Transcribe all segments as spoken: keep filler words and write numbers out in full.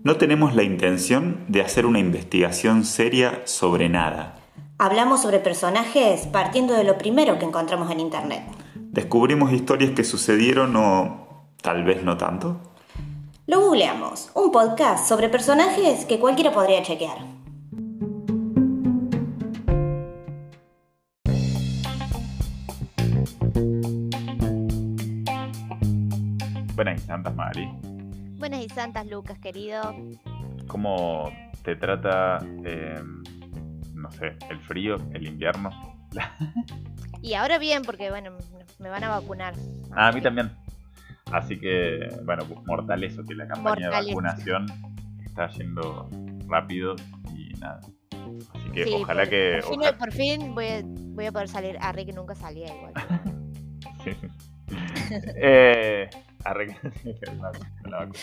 No tenemos la intención de hacer una investigación seria sobre nada. Hablamos sobre personajes partiendo de lo primero que encontramos en internet. Descubrimos historias que sucedieron o tal vez no tanto. Lo googleamos, un podcast sobre personajes que cualquiera podría chequear. Buenas y santas, Mari. Buenas y santas, Lucas, querido. ¿Cómo te trata, eh, no sé, el frío, el invierno? Y ahora bien, porque bueno, me van a vacunar. Ah, a mí también. Así que, bueno, mortal eso, que la campaña Mortal de vacunación está yendo rápido y nada. Así que Sí, ojalá por, que... Por fin, ojalá... por fin voy, a, voy a poder salir. Arre que nunca salía igual. Sí. eh, arre que la vacuna.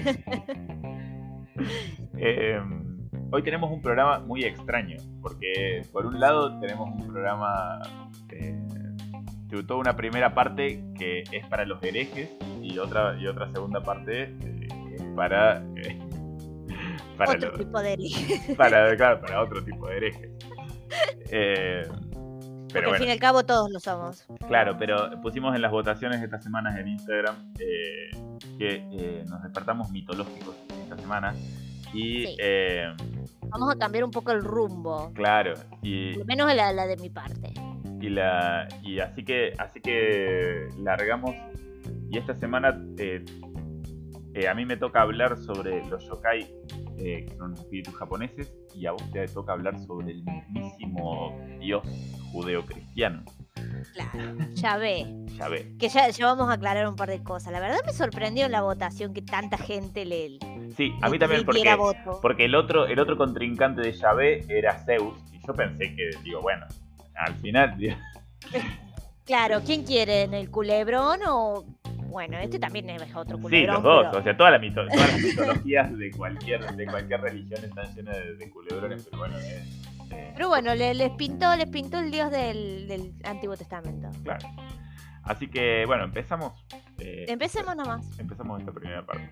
Eh, hoy tenemos un programa muy extraño, porque por un lado tenemos un programa, eh, toda una primera parte que es para los herejes y otra y otra segunda parte eh, que es para, eh, para otro los, tipo de herejes. Para, claro, para otro tipo de herejes. Eh, Pero Pero al bueno, fin y al cabo todos lo somos. claro, pero pusimos en las votaciones estas semanas en Instagram eh, que eh, nos despertamos mitológicos esta semana y Sí. eh, Vamos a cambiar un poco el rumbo. claro y, Por lo menos la, la de mi parte. y la y así que así que largamos y esta semana eh, eh, a mí me toca hablar sobre los yokai, eh, que son espíritus japoneses, y a vos te toca hablar sobre el mismísimo dios judeocristiano. Claro, ya ve. Ya ve. Que ya, ya vamos a aclarar un par de cosas. La verdad me sorprendió en la votación que tanta gente le, Sí, a le- mí también, le porque, diera voto. porque el otro el otro contrincante de Yahvé era Zeus, y yo pensé que, digo, bueno, al final... Claro, ¿quién quiere? ¿En el culebrón o...? Bueno, este también es otro Sí, culebrón. los dos, pero- o sea, toda la mito- todas las mitologías de cualquier, de cualquier religión están llenas de, de culebrones, pero bueno, eh, eh, Pero bueno, le- les pintó, les pintó el dios del, del Antiguo Testamento. claro. Así que, bueno, empezamos. eh, Empecemos nomás. Empezamos esta primera parte.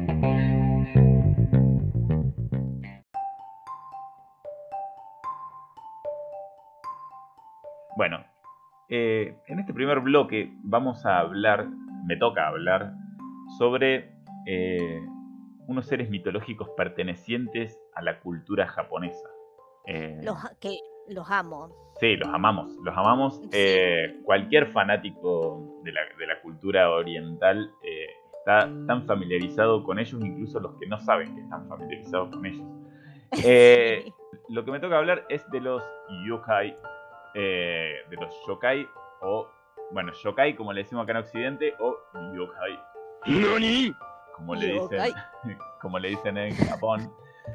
Bueno, eh, en este primer bloque vamos a hablar, me toca hablar, sobre eh, unos seres mitológicos pertenecientes a la cultura japonesa. Eh, Los, que los amo. Sí, los amamos, los amamos. Sí. Eh, cualquier fanático de la, de la cultura oriental eh, está tan familiarizado con ellos, incluso los que no saben que están familiarizados con ellos. Eh, lo que me toca hablar es de los yokai, eh, de los yokai, o, bueno, yokai como le decimos acá en Occidente, o yokai, ¿Nani? como le dicen, Yokai. como le dicen en Japón.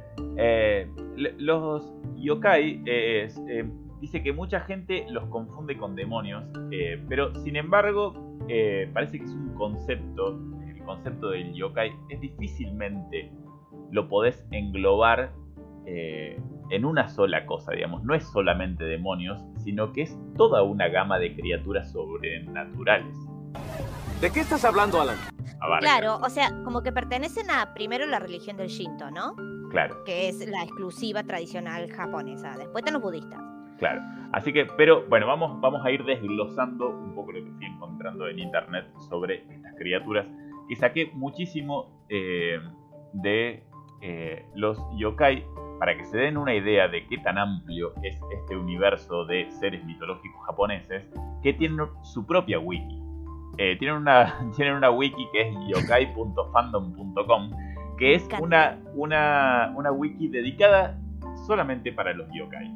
Eh, le- los yokai eh, es, eh, dice que mucha gente los confunde con demonios, eh, pero sin embargo eh, parece que es un concepto, el concepto del yokai es difícilmente lo podés englobar eh, en una sola cosa, digamos, no es solamente demonios, sino que es toda una gama de criaturas sobrenaturales. ¿De qué estás hablando, Alan? Abarca. Claro, o sea, como que pertenecen a primero la religión del Shinto, ¿no? Claro. Que es la exclusiva tradicional japonesa. Después están los budistas. Claro, así que, pero bueno, vamos, vamos a ir desglosando un poco lo que fui encontrando en internet sobre estas criaturas. Y saqué muchísimo eh, de eh, los yokai para que se den una idea de qué tan amplio es este universo de seres mitológicos japoneses, que tienen su propia wiki. Eh, tienen, una, tienen una wiki que es yokai punto fandom punto com, que es una, una, una wiki dedicada solamente para los yokai.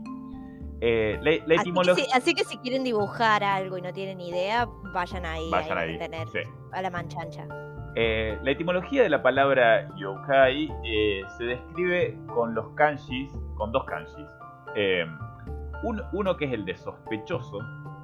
Eh, la, la Así que, etimología... si, así que si quieren dibujar algo y no tienen idea, vayan ahí, Vayan ahí ahí, a tener sí. a la manchancha. Eh, la etimología de la palabra yokai eh, se describe con los kanjis, con dos kanjis. Eh, un, uno que es el de sospechoso,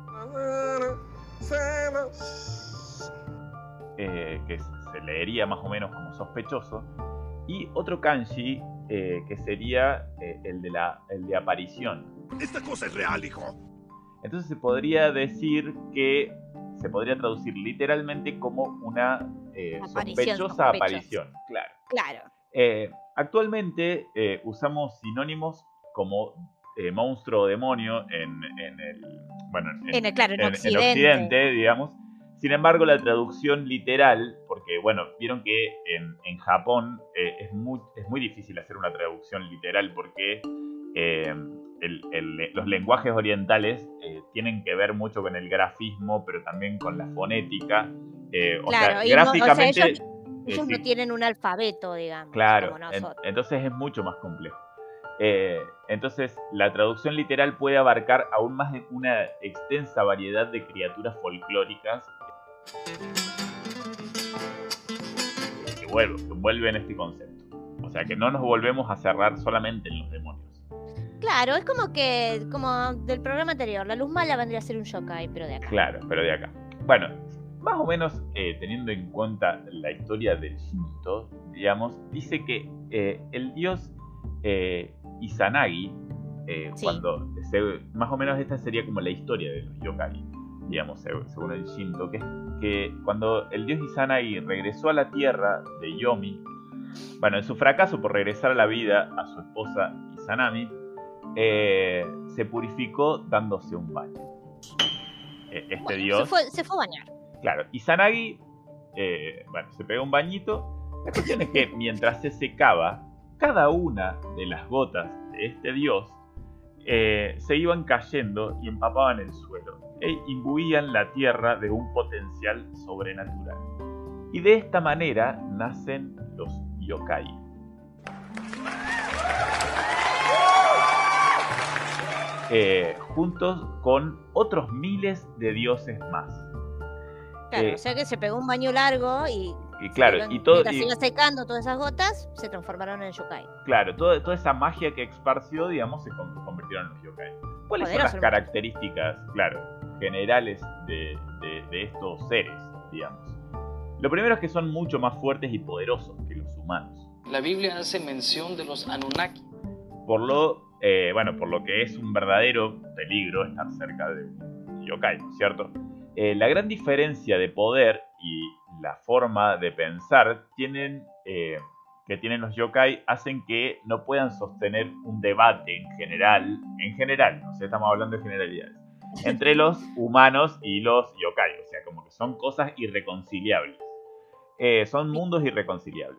eh, que se leería más o menos como sospechoso, y otro kanji eh, que sería eh, el, de la, el de aparición. Esta cosa es real, hijo. Entonces se podría decir que se podría traducir literalmente como una eh, Aparición, sospechosa sospechosa. aparición. Claro. Claro. Eh, Actualmente eh, usamos sinónimos como eh, monstruo o demonio en, en el, bueno, en, En el- claro, en en- en Occidente. Occidente, digamos. Sin embargo, la traducción literal, porque bueno, vieron que en, en Japón eh, es, muy, es muy difícil hacer una traducción literal porque eh, el- el- los lenguajes orientales eh, tienen que ver mucho con el grafismo, pero también con la fonética. Eh, o Claro, sea, y no- o sea, gráficamente... ellos, eh, ellos no sí, tienen un alfabeto, digamos, claro, como en- nosotros. entonces es mucho más complejo. Eh, entonces, la traducción literal puede abarcar aún más de una extensa variedad de criaturas folclóricas que vuelven, que vuelven este concepto. O sea, que no nos volvemos a cerrar solamente en los demonios. Claro, es como que, como del programa anterior, la luz mala vendría a ser un yokai, pero de acá. Claro, pero de acá. Bueno, más o menos eh, teniendo en cuenta la historia del Shinto, digamos, dice que eh, el dios eh, Izanagi, eh, Sí. cuando se, más o menos esta sería como la historia de los yokai, digamos, según según el Shinto, que es que cuando el dios Izanagi regresó a la tierra de Yomi, bueno, en su fracaso por regresar a la vida a su esposa Izanami, eh, se purificó dándose un baño. Eh, Este Bueno, dios... se, fue, se fue a bañar. Claro, Izanagi, eh, bueno, se pegó un bañito. La cuestión es que mientras se secaba, cada una de las gotas de este dios eh, se iban cayendo y empapaban el suelo e imbuían la tierra de un potencial sobrenatural. Y de esta manera nacen los yokai. Eh, juntos con otros miles de dioses más. Claro, Eh, o sea que se pegó un baño largo y, Y claro, iban- y todo, mientras y- se iba secando todas esas gotas, se transformaron en yokai. claro, todo- toda esa magia que esparció, digamos, se con- convirtieron en los yokai. ¿Cuáles son Poderoso las el características, claro, generales de, de- de estos seres, digamos? Lo primero es que son mucho más fuertes y poderosos que los humanos. La Biblia hace mención de los Anunnaki. Por lo, eh, bueno, por lo que es un verdadero peligro estar cerca de un yokai, ¿no es cierto? Eh, la gran diferencia de poder y la forma de pensar tienen, eh, que tienen los yokai hacen que no puedan sostener un debate en general, en general, no sé, estamos hablando de generalidades, entre los humanos y los yokai, o sea, como que son cosas irreconciliables. Eh, son mundos irreconciliables.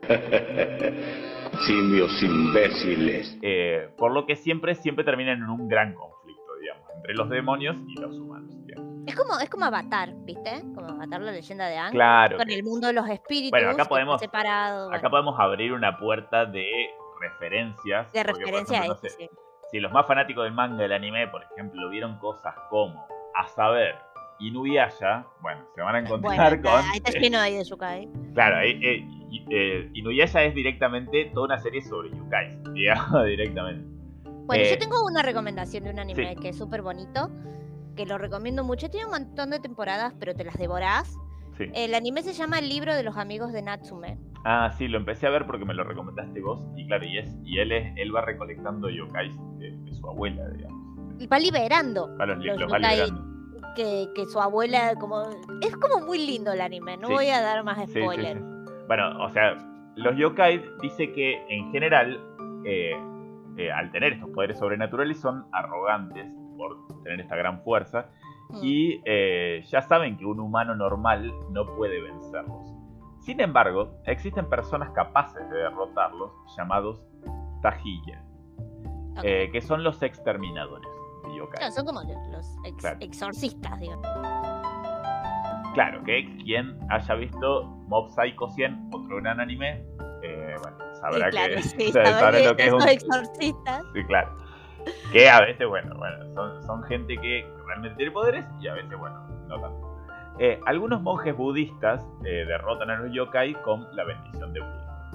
Simios imbéciles. Eh, por lo que siempre, siempre terminan en un gran conflicto, digamos, entre los demonios y los humanos, digamos. Es como, es como Avatar, ¿viste? Como Avatar, la leyenda de Aang. Claro. Con que- el mundo de los espíritus. Bueno, acá que podemos- está separado. Acá bueno, podemos abrir una puerta de referencias. de porque, por referencia ejemplo, a no este, sé, sí. si los más fanáticos del manga, del anime, por ejemplo, vieron cosas como, a saber, Inuyasha, bueno, se van a encontrar Bueno, con... ahí está lleno ahí de yokai. Claro, eh, eh, y- eh, Inuyasha es directamente toda una serie sobre yukais, digamos, directamente. Bueno, Eh, yo tengo una recomendación de un anime sí. que es súper bonito, que lo recomiendo mucho. Tiene un montón de temporadas, pero te las devorás. Sí. El anime se llama El libro de los amigos de Natsume. Ah, sí, lo empecé a ver porque me lo recomendaste vos. Y claro, y, es, y él, es, él va recolectando yokais de, de su abuela, digamos. Y va liberando Va los, los los va yokai liberando. que, que su abuela, como... Es como muy lindo el anime, no Sí. voy a dar más Sí, sí, spoiler. sí. Bueno, o sea, los yokai dice que en general, eh, eh, al tener estos poderes sobrenaturales, son arrogantes por tener esta gran fuerza. Mm. Y eh, ya saben que un humano normal no puede vencerlos. Sin embargo, existen personas capaces de derrotarlos, llamados Tajiya, Ok. eh, que son los exterminadores de yokai. Claro, son como los ex- Claro. exorcistas, digamos. Claro, que quien haya visto Mob Psycho cien, otro gran anime, eh, bueno, sabrá Sí, claro, que, sí, sabrá sabrá lo que es esos un... exorcistas. Sí, claro. Que a veces, bueno, bueno son, son gente que realmente tiene poderes y a veces, bueno, no tanto. Eh, algunos monjes budistas eh, derrotan a los yokai con la bendición de Buda.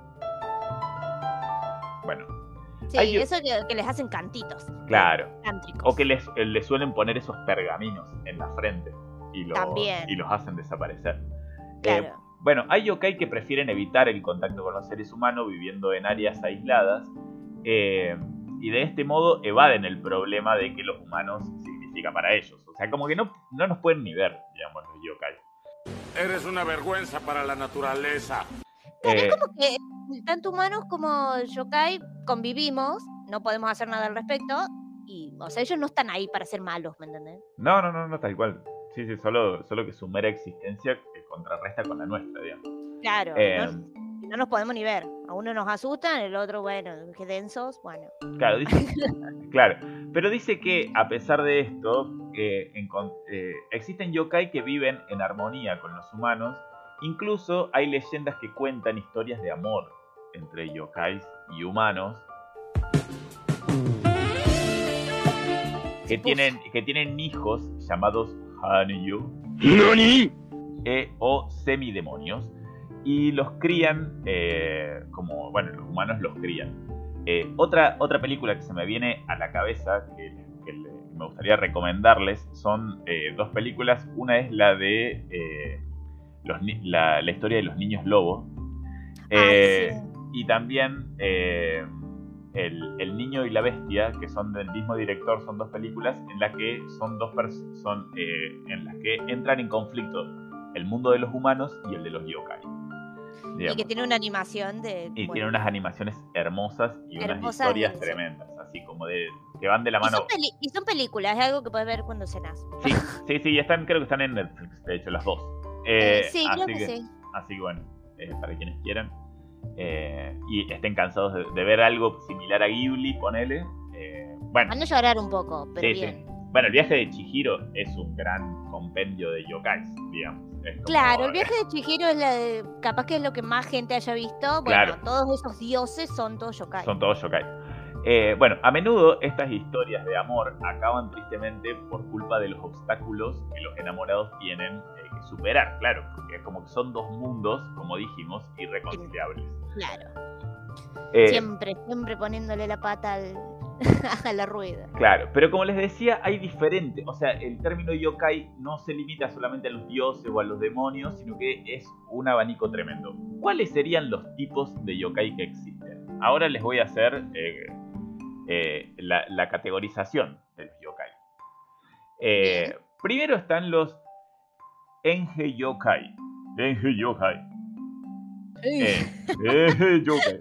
Bueno, Sí, Hay yo- eso que, que les hacen cantitos. claro. Cántricos. O que les, eh, les suelen poner esos pergaminos en la frente y los, También. y los hacen desaparecer. Claro. Eh, bueno, hay yokai que prefieren evitar el contacto con los seres humanos viviendo en áreas aisladas eh, y de este modo evaden el problema de que los humanos significa para ellos. O sea, como que no, no nos pueden ni ver, digamos, los yokai. Eres una vergüenza para la naturaleza. Eh, Como que tanto humanos como yokai convivimos, no podemos hacer nada al respecto, y, o sea, ellos no están ahí para ser malos, ¿me entendés? No, no, no, no, tal cual. Sí, sí, solo, solo que su mera existencia eh, contrarresta con la nuestra, digamos. Claro, Eh, no, no nos podemos ni ver. A uno nos asustan, el otro, bueno, qué densos, bueno. Claro, dice, claro, pero dice que a pesar de esto, eh, en, eh, existen yokai que viven en armonía con los humanos. Incluso hay leyendas que cuentan historias de amor entre yokais y humanos que tienen, que tienen hijos llamados Hanyu eh, o semidemonios, y los crían eh, como, bueno, los humanos los crían. Eh, otra, otra película que se me viene a la cabeza que, que le, me gustaría recomendarles son eh, dos películas. Una es la de eh, los, la, la historia de los niños lobo, eh, ah, sí. y también eh, el, el niño y la bestia, que son del mismo director. Son dos películas en las que son dos son eh, en las que entran en conflicto el mundo de los humanos y el de los yokai. Digamos. Y que tiene una animación de... Y bueno, tiene unas animaciones hermosas y unas hermosas, historias sí. tremendas, así como de que van de la Y mano. son, peli- y son películas, es algo que puedes ver cuando cenas. Sí, sí, sí, están, creo que están en Netflix, de hecho, las dos. Eh, Eh, sí, creo así que, que, sí. Así que bueno, eh, para quienes quieran eh, y estén cansados de, de ver algo similar a Ghibli, ponele. Eh, bueno, Van a llorar un poco, pero sí, bien. sí. Bueno, el viaje de Chihiro es un gran compendio de yokais, digamos. Es como, Claro, el viaje de Chihiro es la de, capaz que es lo que más gente haya visto. Bueno, Claro. todos esos dioses son todos yokai. Son todos yokai. Eh, bueno, a menudo estas historias de amor acaban tristemente por culpa de los obstáculos que los enamorados tienen eh, que superar, claro, porque es como que son dos mundos, como dijimos, irreconciliables. Claro. Eh, Siempre, siempre poniéndole la pata al, a la rueda. Claro, pero como les decía, hay diferentes, o sea, el término yokai no se limita solamente a los dioses o a los demonios, sino que es un abanico tremendo. ¿Cuáles serían los tipos de yokai que existen? Ahora les voy a hacer eh, eh, la, la categorización de los yokai. Eh, primero están los Enge yokai. Enge yokai. Eh, eh, yokai.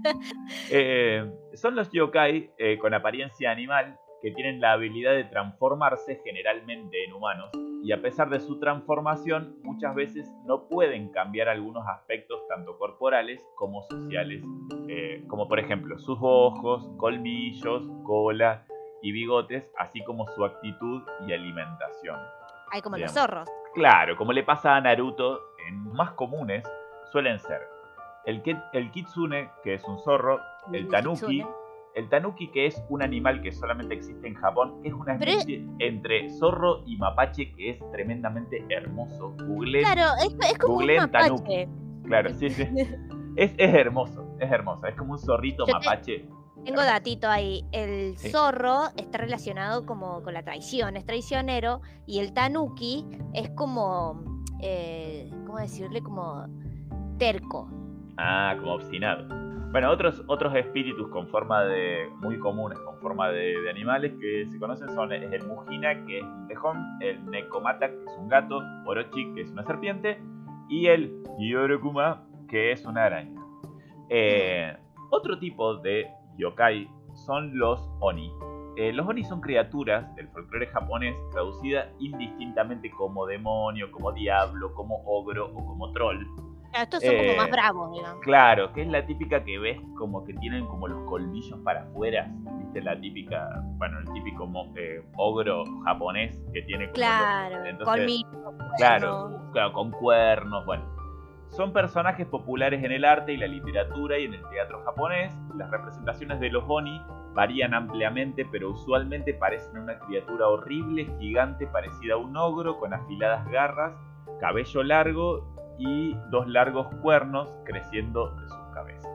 Eh, son los yokai eh, con apariencia animal que tienen la habilidad de transformarse generalmente en humanos, y a pesar de su transformación muchas veces no pueden cambiar algunos aspectos tanto corporales como sociales, eh, como por ejemplo sus ojos, colmillos, cola y bigotes, así como su actitud y alimentación. Hay como Digamos. los zorros. Claro, como le pasa a Naruto, en más comunes suelen ser el, ke- el kitsune, que es un zorro, el El tanuki, kitsune. el tanuki, que es un animal que solamente existe en Japón, que es una Pero es- especie entre zorro y mapache que es tremendamente hermoso. Googleen, Claro, es, es como un googleen mapache. tanuki. Claro, sí, sí. Es, es hermoso, es hermoso, es como un zorrito Yo te- mapache. Tengo datito ahí. El Sí. zorro está relacionado como con la traición, es traicionero, y el tanuki es como, eh, ¿cómo decirle? Como terco. Ah, como obstinado. Bueno, otros, otros espíritus con forma de. Muy comunes, con forma de, de animales que se conocen son es el Mujina, que es un tejón, el Nekomata, que es un gato, Orochi, que es una serpiente, y el Yorokuma, que es una araña. Eh, otro tipo de yokai son los Oni. Eh, los Oni son criaturas del folclore japonés traducidas indistintamente como demonio, como diablo, como ogro o como troll. Claro, estos son Eh, como más bravos, digamos. Claro, que es la típica que ves como que tienen como los colmillos para afuera. ¿Viste? La típica, bueno, el típico mo- eh, ogro japonés que tiene como Claro, los- entonces, colmillos, claro, cuernos. claro, con cuernos, bueno. Son personajes populares en el arte y la literatura y en el teatro japonés. Las representaciones de los Oni varían ampliamente, pero usualmente parecen una criatura horrible, gigante, parecida a un ogro, con afiladas garras, cabello largo y dos largos cuernos creciendo de sus cabezas.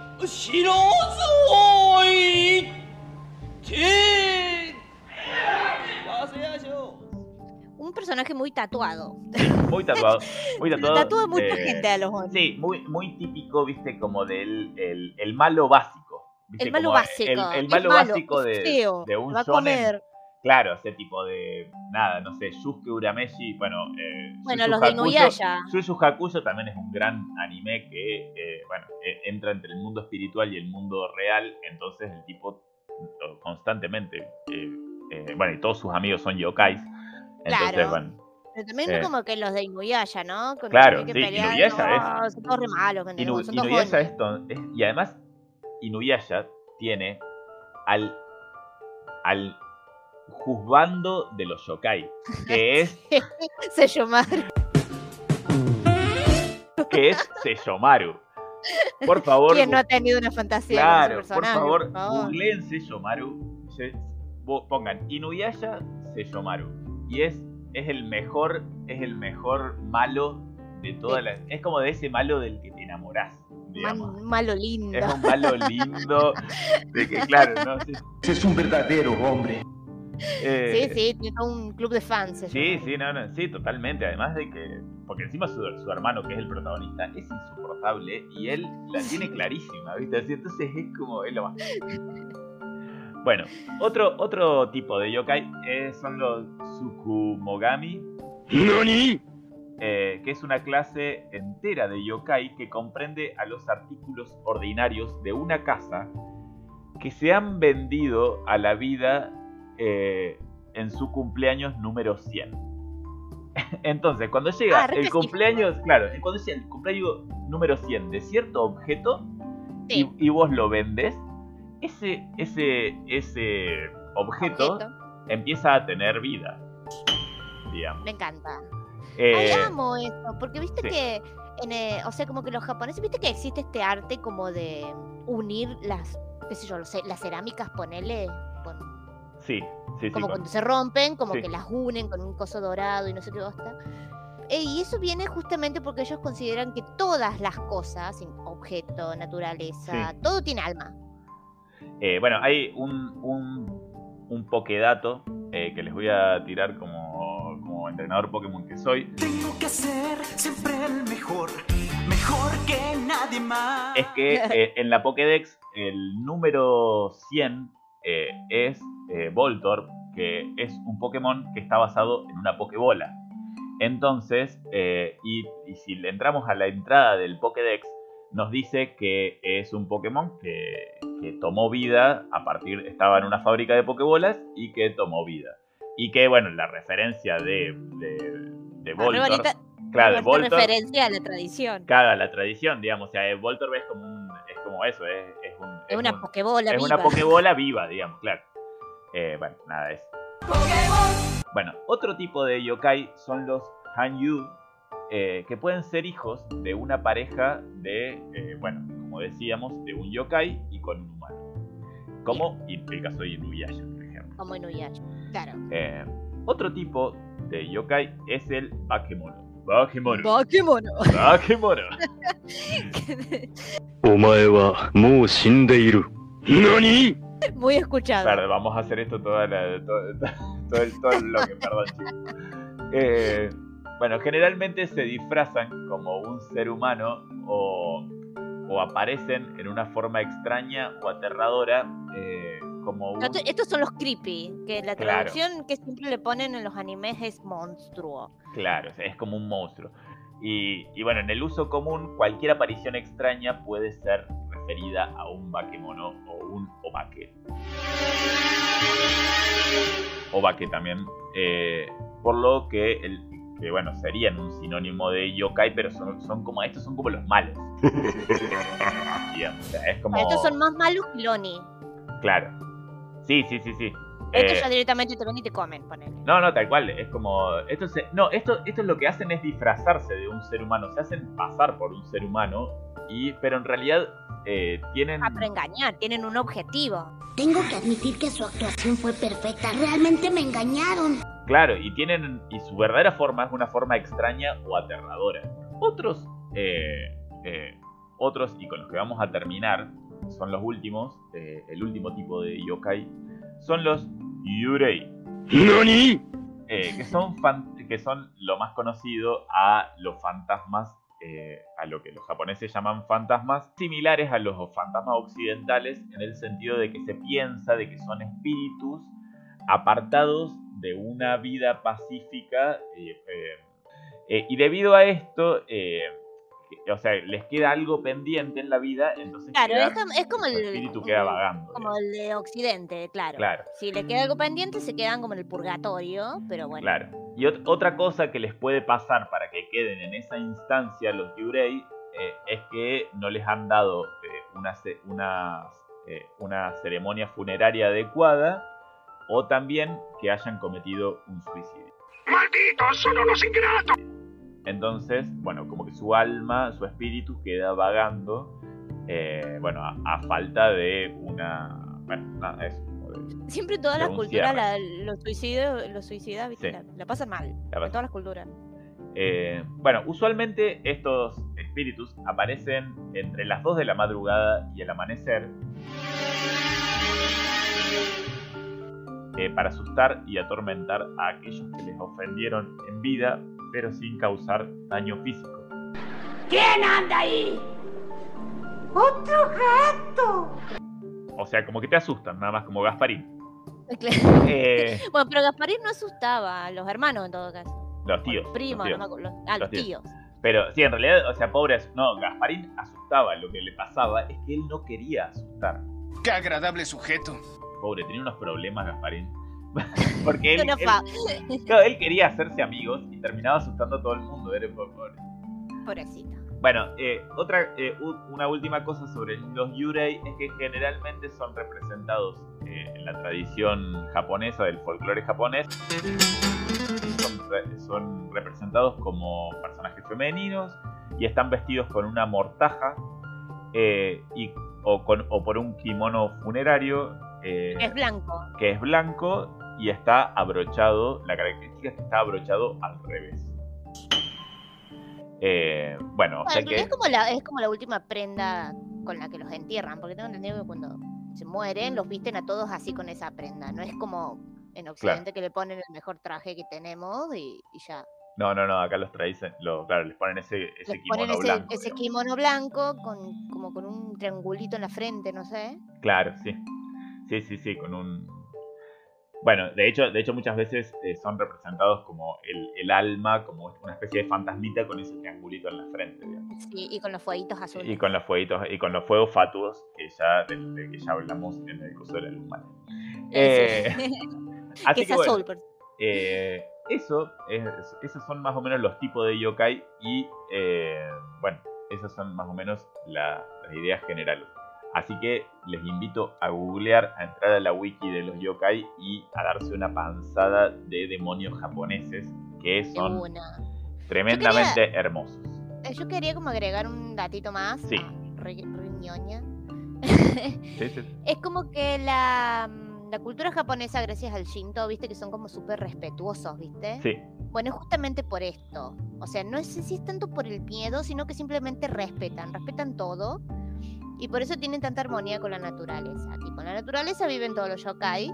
Un personaje muy tatuado. Muy tatuado, muy Se lo tatuado. tatúa mucha eh, gente a los Oni. Sí, muy, muy típico, viste, como del el, el malo básico. ¿Viste? El malo Como básico. El, el es malo malo, básico es de, feo, de un va a shonen. comer. Claro, ese tipo de... Nada, no sé, Yusuke Urameshi, bueno... Eh, Bueno, Yu Yu los de Hakusho- Inuyasha. Yu Yu Hakusho también es un gran anime que, eh, bueno, eh, entra entre el mundo espiritual y el mundo real, entonces el tipo eh, constantemente... Eh, eh, bueno, y todos sus amigos son yokais, entonces, Claro. bueno... Pero también Eh. como que los de Inuyasha, ¿no? Con Claro, los que sí, pelean, Inuyasha no, son todos re malos, ¿me Inu- entendés? Son todos Inuyasha Oni. es, to- es- y además Inuyasha tiene al al juzgando de los yokai, que es Seyomaru. que es Seyomaru. Por favor, ¿Quién no bu- ha tenido una fantasía claro, con ese por personaje? favor, Por favor. googleen Seyomaru, se- bo- pongan Inuyasha Seyomaru y es es el mejor es el mejor malo de todas las, es como de ese malo del que te enamorás, digamos. Man- malo lindo. Es un malo lindo de que claro, no sé. Es un verdadero hombre. eh, Sí, sí, tiene todo un club de fans. se Sí, llama. sí, no, no, sí, totalmente. Además de que, porque encima su, su hermano, que es el protagonista, es insoportable y él la tiene clarísima, ¿viste? Así, entonces es como, es lo más. Bueno, otro, otro tipo de yokai eh, son los Tsukumogami, ¿Nani? eh, que es una clase entera de yokai que comprende a los artículos ordinarios de una casa que se han vendido a la vida eh, en su cumpleaños número cien. Entonces, cuando llega Ah, re el específico. cumpleaños, claro, cuando llega el cumpleaños número cien de cierto objeto Sí. y, y vos lo vendes, ese, ese, ese objeto, Objeto. empieza a tener vida, digamos. Me encanta. Eh, Ay, amo eso, porque viste sí. que, en, eh, o sea, como que los japoneses, viste que existe este arte como de unir las, qué sé yo, los ce- las cerámicas, ponele, con, sí, sí, sí. como con- cuando se rompen, como sí. que las unen con un coso dorado y no sé qué bosta. Eh, y eso viene justamente porque ellos consideran que todas las cosas, in- objeto, naturaleza, Sí. todo tiene alma. Eh, bueno, hay un, un, un pokedato eh, que les voy a tirar como, como entrenador Pokémon que soy. Tengo que ser siempre el mejor, mejor que nadie más. Es que eh, en la Pokédex el número cien eh, es eh, Voltorb, que es un Pokémon que está basado en una Pokébola. Entonces, eh, y, y si le entramos a la entrada del Pokédex, nos dice que es un Pokémon que, que tomó vida a partir, estaba en una fábrica de Pokébolas y que tomó vida. Y que, bueno, la referencia de, de, de Ah, re Voltorb, bonita- claro, de re bonita Voltorb, referencia a la tradición. cada la tradición, digamos, o sea, el Voltorb es como un, es como eso, es, es un, Es una un- pokebola es viva. una Pokébola viva, digamos, claro. Eh, bueno, nada, es. Bueno, otro tipo de yokai son los Hanyu, eh, que pueden ser hijos de una pareja de, eh, bueno, como decíamos, de un yokai y con un humano. Como en el caso de Inuyasha, por ejemplo. Como Inuyasha, claro. Eh, otro tipo de yokai es el Bakemono. Bakemono. Pokémono. Bakemono. お前はもう死んでいる。何？ Muy escuchado. Perdón, vamos a hacer esto toda la, todo, todo, el, todo lo que, perdón, chicos. Eh, bueno, generalmente se disfrazan como un ser humano o, o aparecen en una forma extraña o aterradora eh, como un... No, esto- estos son los creepy, que la Claro. traducción que siempre le ponen en los animes es monstruo. Claro, es como un monstruo. Y, y bueno, en el uso común, cualquier aparición extraña puede ser referida a un bakemono o un obake. Obake también, eh, por lo que, el, que bueno, serían un sinónimo de yokai, pero son, son como, estos son como los malos. Digamos, o sea, es como... Estos son más malos que Loni. Claro. Sí, sí, sí, sí. Estos Eh, ya directamente te ven y te comen, ponele. No, no, tal cual, es como... Esto se- no, esto, esto lo que hacen es disfrazarse de un ser humano, se hacen pasar por un ser humano, y, pero en realidad eh, tienen... Ah, para engañar, tienen un objetivo. Tengo que admitir que su actuación fue perfecta. Realmente me engañaron. Claro, y tienen... Y su verdadera forma es una forma extraña o aterradora. Otros, eh, eh, otros, y con los que vamos a terminar, son los últimos, eh, el último tipo de yokai, son los Yurei. ¿Nani? Eh, que, son fan- que son lo más conocido a los fantasmas, eh, a lo que los japoneses llaman fantasmas, similares a los fantasmas occidentales en el sentido de que se piensa de que son espíritus apartados de una vida pacífica. Eh, eh, eh, y debido a esto, eh, o sea, les queda algo pendiente en la vida, entonces claro, queda, es como, es como su el espíritu queda vagando. Como el de Occidente, claro. Claro. Si le queda algo pendiente, se quedan como en el purgatorio, pero bueno. Claro. Y ot otra cosa que les puede pasar para que queden en esa instancia los Yurei eh, es que no les han dado eh, una, una, eh, una ceremonia funeraria adecuada, o también que hayan cometido un suicidio. ¡Malditos son los ingratos! Entonces, bueno, como que su alma, su espíritu queda vagando, eh, bueno, a, a falta de una... Bueno, nada, eso. De, Siempre en todas de las un culturas cierre. la, los suicidios, los suicidas, ¿viste? Sí. La, la pasan mal. La En pasan. todas las culturas. Eh, bueno, usualmente estos espíritus aparecen entre las dos de la madrugada y el amanecer, eh, para asustar y atormentar a aquellos que les ofendieron en vida, pero sin causar daño físico. ¿Quién anda ahí? ¡Otro gato! O sea, como que te asustan, nada más como Gasparín. Eh, Bueno, pero Gasparín no asustaba a los hermanos en todo caso. los O tíos. los primos, los tíos. no me acuerdo. Ah, los Los tíos. tíos. Pero sí, en realidad, o sea, pobres, no, Gasparín asustaba. Lo que le pasaba es que él no quería asustar. ¡Qué agradable sujeto! Pobre, tenía unos problemas Gasparín. Porque él, Una él, fa- claro, él quería hacerse amigos y terminaba asustando a todo el mundo. Era pobre. Pobrecito. Bueno, eh, otra, eh, u- una última cosa sobre los Yurei es que generalmente son representados eh, en la tradición japonesa, del folclore japonés. Son, re- son representados como personajes femeninos y están vestidos con una mortaja eh, y, o, con, o por un kimono funerario eh, Es blanco. que es blanco y está abrochado. La característica es que está abrochado al revés. Eh, bueno, o Bueno, sea en realidad que es como, la, es como la última prenda con la que los entierran, porque tengo entendido que cuando se mueren los visten a todos así con esa prenda. No es como en Occidente que le ponen el mejor traje que tenemos y, y ya. no, no, no, acá los traicen, lo, claro, les ponen ese, ese Les kimono ponen ese, blanco. ese digamos. kimono blanco con, como con un triangulito en la frente, no sé. Claro, sí. Sí, sí, sí, con un... Bueno, de hecho, de hecho muchas veces eh, son representados como el, el alma, como una especie de fantasmita con ese triangulito en la frente, digamos. Sí, y con los fueguitos azules. Y con los fueguitos, y con los fuegos fatuos que ya, del, del que ya hablamos en el curso de la luz mala. Eh, que así es que bueno, azul. por- eh, eso, es, esos son más o menos los tipos de yokai y, eh, bueno, esas son más o menos la- las ideas generales. Así que les invito a googlear, a entrar a la wiki de los yokai y a darse una panzada de demonios japoneses que de son una. tremendamente hermosos. Eh, Yo quería como agregar un datito más. Sí. Ah, re- re ñoña. Sí, sí. Es como que la, mm, la cultura japonesa, gracias al Shinto, viste que son como súper respetuosos, ¿viste? Sí, Bueno, es justamente por esto. O sea, no sé si es tanto por el miedo, sino que simplemente respetan, respetan todo. Y por eso tienen tanta armonía con la naturaleza. Tipo, en la naturaleza viven todos los yokai.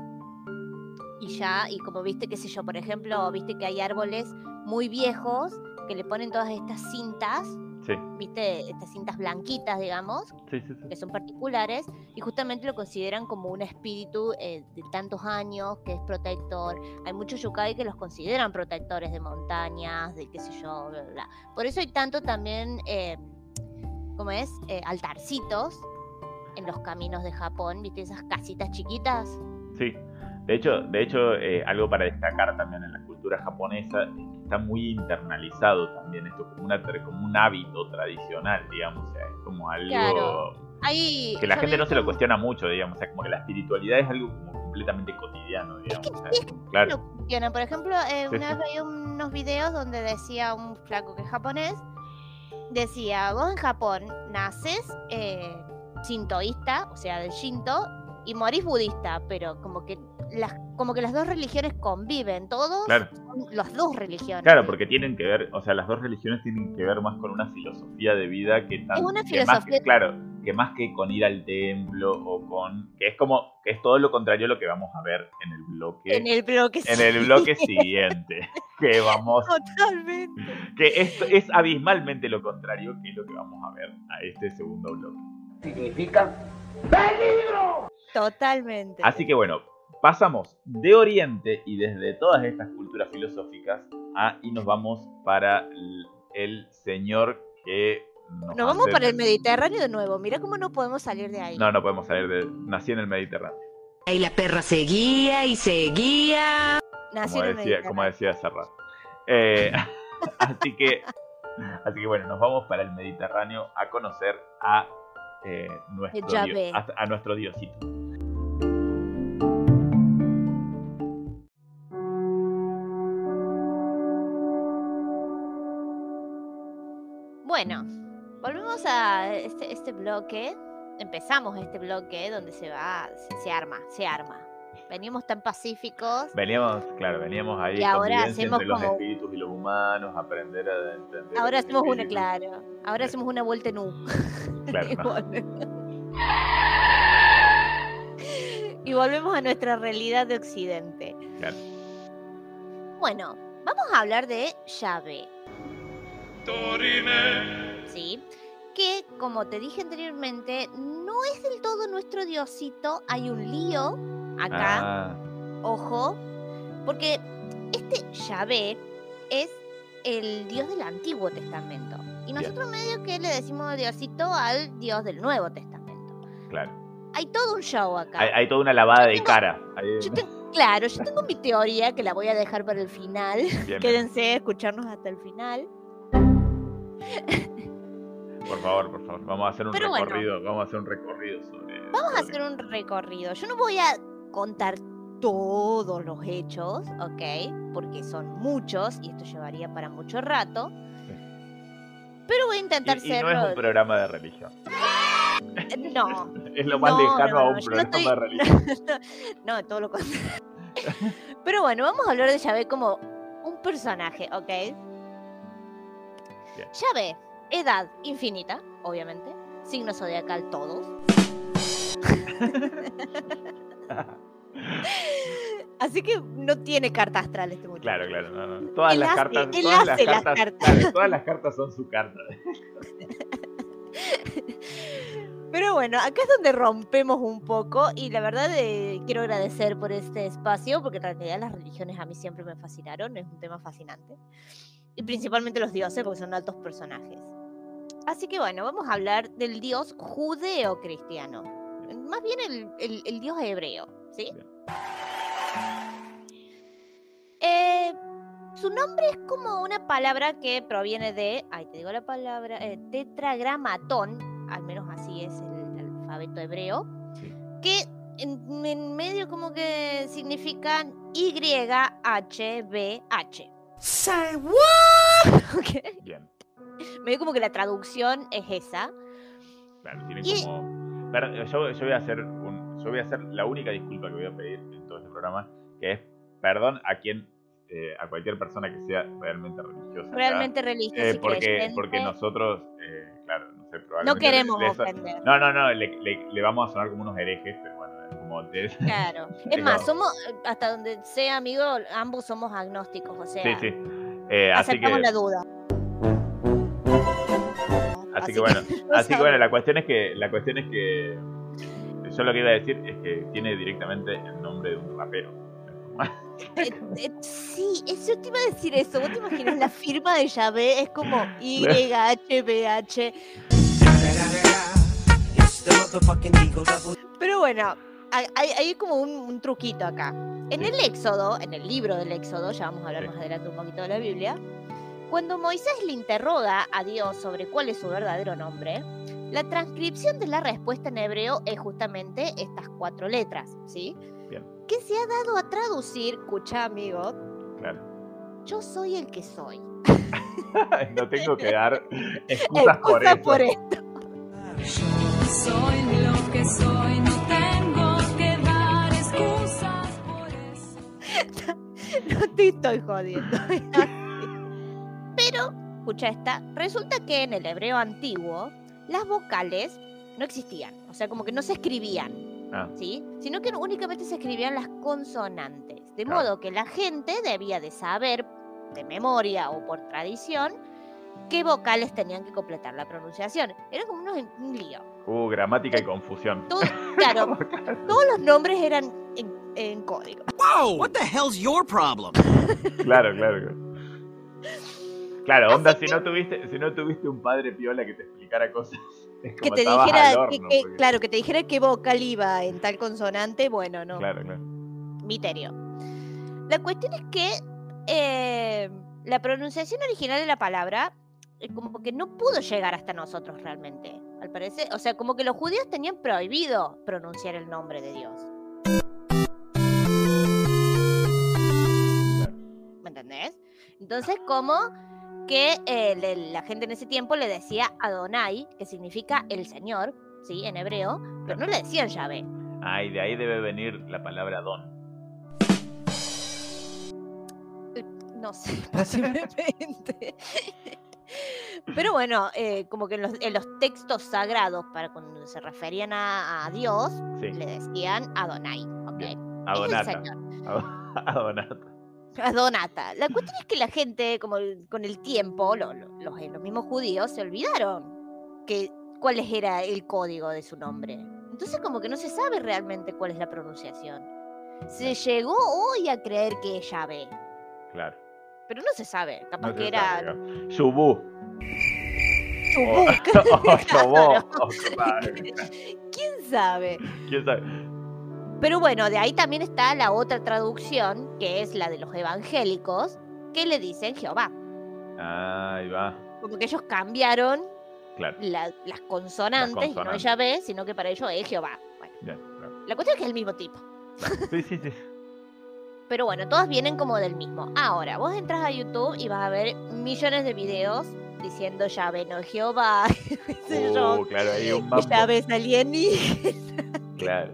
Y ya, y como viste, qué sé yo, por ejemplo, viste que hay árboles muy viejos que le ponen todas estas cintas, sí, viste, estas cintas blanquitas, digamos, sí, sí, sí. que son particulares, y justamente lo consideran como un espíritu eh, de tantos años, que es protector. Hay muchos yokai que los consideran protectores de montañas, de qué sé yo, bla, bla, bla. Por eso hay tanto también, eh, ¿cómo es? Eh, altarcitos en los caminos de Japón, ¿viste? Esas casitas chiquitas. Sí, de hecho, de hecho eh, algo para destacar también en la cultura japonesa es que está muy internalizado también esto, como, una, tra- como un hábito tradicional, digamos, o sea, es como algo Claro. Ahí, que la yo gente había no se lo visto- cuestiona mucho, digamos, o sea, como que la espiritualidad es algo como completamente cotidiano, digamos, o sea, es que claro, lo cuestionan. Por ejemplo, eh, Sí, una sí. vez veía unos videos donde decía un flaco que es japonés, decía, vos en Japón naces eh, sintoísta, o sea, del Shinto, y morís budista, pero como que las, como que las dos religiones conviven, todos Claro. son las dos religiones. claro, porque tienen que ver, o sea, las dos religiones tienen que ver más con una filosofía de vida que tan, Es una que más que, filosofía- claro, que más que con ir al templo o con, que es como, que es todo lo contrario a lo que vamos a ver en el bloque, En el bloque en el sí. bloque siguiente, que vamos, Totalmente. que esto es abismalmente lo contrario que es lo que vamos a ver a este segundo bloque. Totalmente. Así que bueno, pasamos de Oriente y desde todas estas culturas filosóficas a, y nos vamos para el, el señor que... Nos, nos vamos para el Mediterráneo de nuevo. Mira cómo no podemos salir de ahí. No, no podemos salir de... Nací en el Mediterráneo. Y la perra seguía y seguía. Como decía, como decía hace rato. Eh, así que, así que bueno, nos vamos para el Mediterráneo a conocer a, eh, nuestro, dios, a, a nuestro diosito. Bueno, volvemos a este, este bloque. Empezamos este bloque donde se va, se, se arma, se arma. Venimos tan pacíficos. Veníamos, claro, veníamos ahí. Y ahora hacemos entre como... los espíritus y los humanos, aprender a entender. Ahora hacemos una, claro. Ahora sí. hacemos una vuelta en U. Claro. y, No. volvemos... y volvemos a nuestra realidad de Occidente. Claro. Bueno, vamos a hablar de Yahvé. Torine. Sí. Que, como te dije anteriormente, no es del todo nuestro diosito. Hay un lío acá, Ah. ojo, porque este Yahvé es el dios del Antiguo Testamento. Y nosotros Bien. medio que le decimos diosito al dios del Nuevo Testamento. Claro. Hay todo un show acá. Hay, hay toda una lavada Yo de tengo- cara. Hay- Yo tengo- claro, yo tengo mi teoría que la voy a dejar para el final. Bien. Quédense a escucharnos hasta el final. Por favor, por favor. Vamos a hacer un Pero bueno. recorrido. Vamos a hacer un recorrido sobre. Vamos a sobre- hacer un recorrido. Yo no voy a contar todos los hechos, ¿ok? Porque son muchos y esto llevaría para mucho rato. Pero voy a intentar Y, y serlo. no es un programa de religión. No. Es lo más No, lejano no, a no, un yo no programa estoy- de religión. No, todo lo contrario. Pero bueno, vamos a hablar de Yahvé como un personaje, ¿ok? Bien. Yahvé, edad infinita, obviamente. Signo zodiacal todos. Así que no tiene carta astral este muchacho. Claro, claro. No, no. Todas Él las hace- cartas. él Todas las hace las cartas, cartas. claro, todas las cartas son su carta. Pero bueno, acá es donde rompemos un poco y la verdad eh, quiero agradecer por este espacio porque en realidad las religiones a mí siempre me fascinaron, es un tema fascinante. Y principalmente los dioses porque son altos personajes. Así que bueno, vamos a hablar del dios judeo-cristiano. Más bien el, el- el dios hebreo, ¿sí? Bien. Eh, su nombre es como una palabra que proviene de, ay, te digo la palabra, eh, tetragramatón, al menos así es el, el alfabeto hebreo, Sí. que en, en medio como que significan Y H B H. Say what? ¿Ok? Bien. Medio como que la traducción es esa. Claro, tienen Y- como. Pero yo, yo voy a hacer un, yo voy a hacer la única disculpa que voy a pedir en todo este programa, que es perdón a quien, eh, a cualquier persona que sea realmente religiosa. acá, Realmente religioso eh, y porque, creyente. porque nosotros, eh, claro, no sé, probablemente. No queremos le- le- ofender. No, no, no, le, le- le vamos a sonar como unos herejes, pero bueno, como de- Claro. Es Digo- más, somos, hasta donde sea amigo, ambos somos agnósticos, o sea, Sí, sí. Eh, así que, aceptamos la duda. así que bueno, no así que bueno, sabemos. la cuestión es que, la cuestión es que yo lo que iba a decir es que tiene directamente el nombre de un rapero. Eh, eh, sí, eso te iba a decir eso. ¿Vos te imaginas la firma de Yahvé? Es como Y H B H. Pero bueno, hay, hay- hay como un, un truquito acá. En Sí. el Éxodo, en el libro del Éxodo, ya vamos a hablar Sí. más adelante un poquito de la Biblia, cuando Moisés le interroga a Dios sobre cuál es su verdadero nombre, la transcripción de la respuesta en hebreo es justamente estas cuatro letras, ¿sí? Bien. Que se ha dado a traducir, escucha amigo, Claro. yo soy el que soy. No tengo que dar excusas por Excusa eso. por esto. Soy lo que soy, no tengo que dar excusas por eso. No te estoy jodiendo. Pero, escucha esta, resulta que en el hebreo antiguo las vocales no existían, o sea, como que no se escribían, Ah, ¿sí? Sino que únicamente se escribían las consonantes, de Claro. modo que la gente debía de saber de memoria o por tradición qué vocales tenían que completar la pronunciación. Era como unos- un lío. Uh, gramática y confusión. Todo, claro, todos los nombres eran en, en código. Wow, what the hell's your problem? Claro, claro, claro. Claro, onda, Así si no tuviste, si no tuviste un padre piola que te explicara cosas, es que como te estabas dijera, al horno, que, que- porque- claro, que te dijera qué vocal iba en tal consonante, bueno, no. Claro, claro. Misterio. La cuestión es que eh, la pronunciación original de la palabra eh, como que no pudo llegar hasta nosotros realmente, al parecer. O sea, como que los judíos tenían prohibido pronunciar el nombre de Dios. ¿Me entendés? Entonces, como que eh, le- la gente en ese tiempo le decía Adonai, que significa el Señor, ¿sí? En hebreo, pero no le decían Yahvé. Ah, y de ahí debe venir la palabra don. No sé, posiblemente. Pero bueno, eh, como que en los, en los textos sagrados, para cuando se referían a, a Dios, Sí. le decían Adonai, ¿ok? Bien. Es el Adonata. Señor. Ad- Adonata. Adonata. La cuestión es que la gente, como el- con el tiempo, lo- lo- los, eh, los mismos judíos se olvidaron que cuál era el código de su nombre. Entonces como que no se sabe realmente cuál es la pronunciación. Se llegó hoy a creer que es Yahvé, Claro. pero no se sabe. Capaz No que se era sabe, claro. Shubú. Chubú. O, o Shobó. Claro. O cosas- ¿Quién sabe? ¿Quién sabe? Pero bueno, de ahí también está la otra traducción, que es la de los evangélicos, que le dicen Jehová. Ahí va. Como que ellos cambiaron Claro. la- las consonantes, y no consonantes. es Yahvé, sino que para ellos es Jehová. Bueno, Bien, claro. la cuestión es que es el mismo tipo. Sí, sí, sí. Pero bueno, todos vienen como del mismo. Ahora, vos entras a YouTube y vas a ver millones de videos diciendo Yahvé no es Jehová, qué sé yo, Uh, claro, hay un que mambo. Yahvé es alienígena. Claro.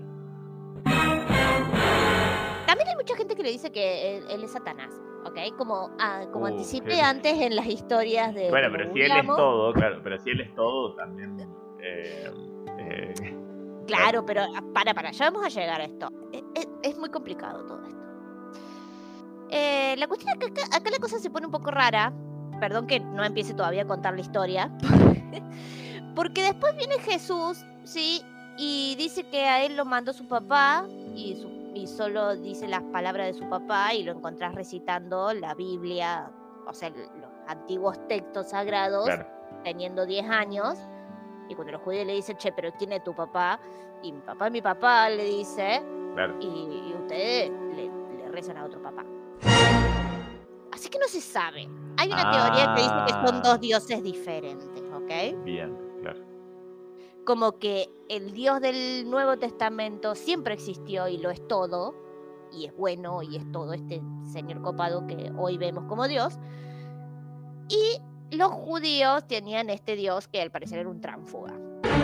También hay mucha gente que le dice que él, él es Satanás, ¿ok? Como, ah, como Uh, anticipé qué- antes en las historias de... Bueno, de pero los si él es Gulamos. todo, claro, pero si él es todo, también. Eh, eh, Claro, pero ah, para, para, ya vamos a llegar a esto. Es, es- es muy complicado todo esto. Eh, la cuestión es que acá, acá la cosa se pone un poco rara. Perdón que no empiece todavía a contar la historia. Porque después viene Jesús, ¿sí? Y dice que a él lo mandó su papá y, su- y solo dice las palabras de su papá y lo encontrás recitando la Biblia, o sea, los antiguos textos sagrados, claro. teniendo diez años. Y cuando los judíos le dicen, che, pero ¿quién es tu papá? Y mi papá es mi papá, le dice, Claro. y, y ustedes le, le rezan a otro papá. Así que no se sabe. Hay una teoría que dice que son Ah. dos dioses diferentes, ¿ok? Bien, claro. Como que el Dios del Nuevo Testamento siempre existió y lo es todo, y es bueno y es todo este señor copado que hoy vemos como Dios. Y los judíos tenían este Dios que al parecer era un tránfuga.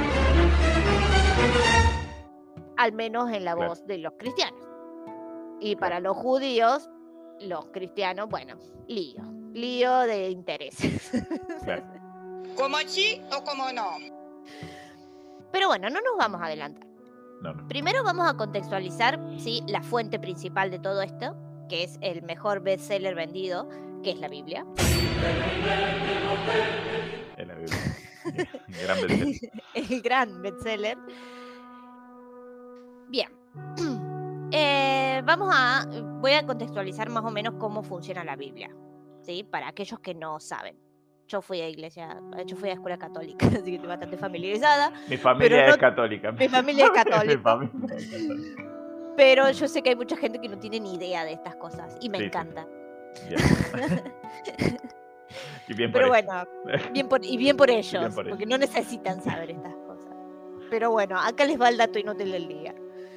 Al menos en la Claro. voz de los cristianos. Y para los judíos, los cristianos, bueno, lío. Lío de intereses. Claro. ¿Como sí o como no? Pero bueno, no nos vamos a adelantar. No, no. Primero vamos a contextualizar, ¿sí?, la fuente principal de todo esto, que es el mejor bestseller vendido, que es la Biblia. En la Biblia. Gran bestseller. El gran bestseller. Bien. Eh, vamos a... Voy a contextualizar más o menos cómo funciona la Biblia, ¿sí? Para aquellos que no saben. Yo fui a iglesia, yo fui a escuela católica, así que estoy bastante familiarizada. Mi familia pero es no- católica. Mi familia es Mi católica. familia es católica. Pero yo sé que hay mucha gente que no tiene ni idea de estas cosas y me Sí, sí. encanta. Bien. Y bien por Pero eso. bueno, bien por, y bien por ellos, Bien por porque ellos. no necesitan saber estas cosas. Pero bueno, acá les va el dato inútil del día.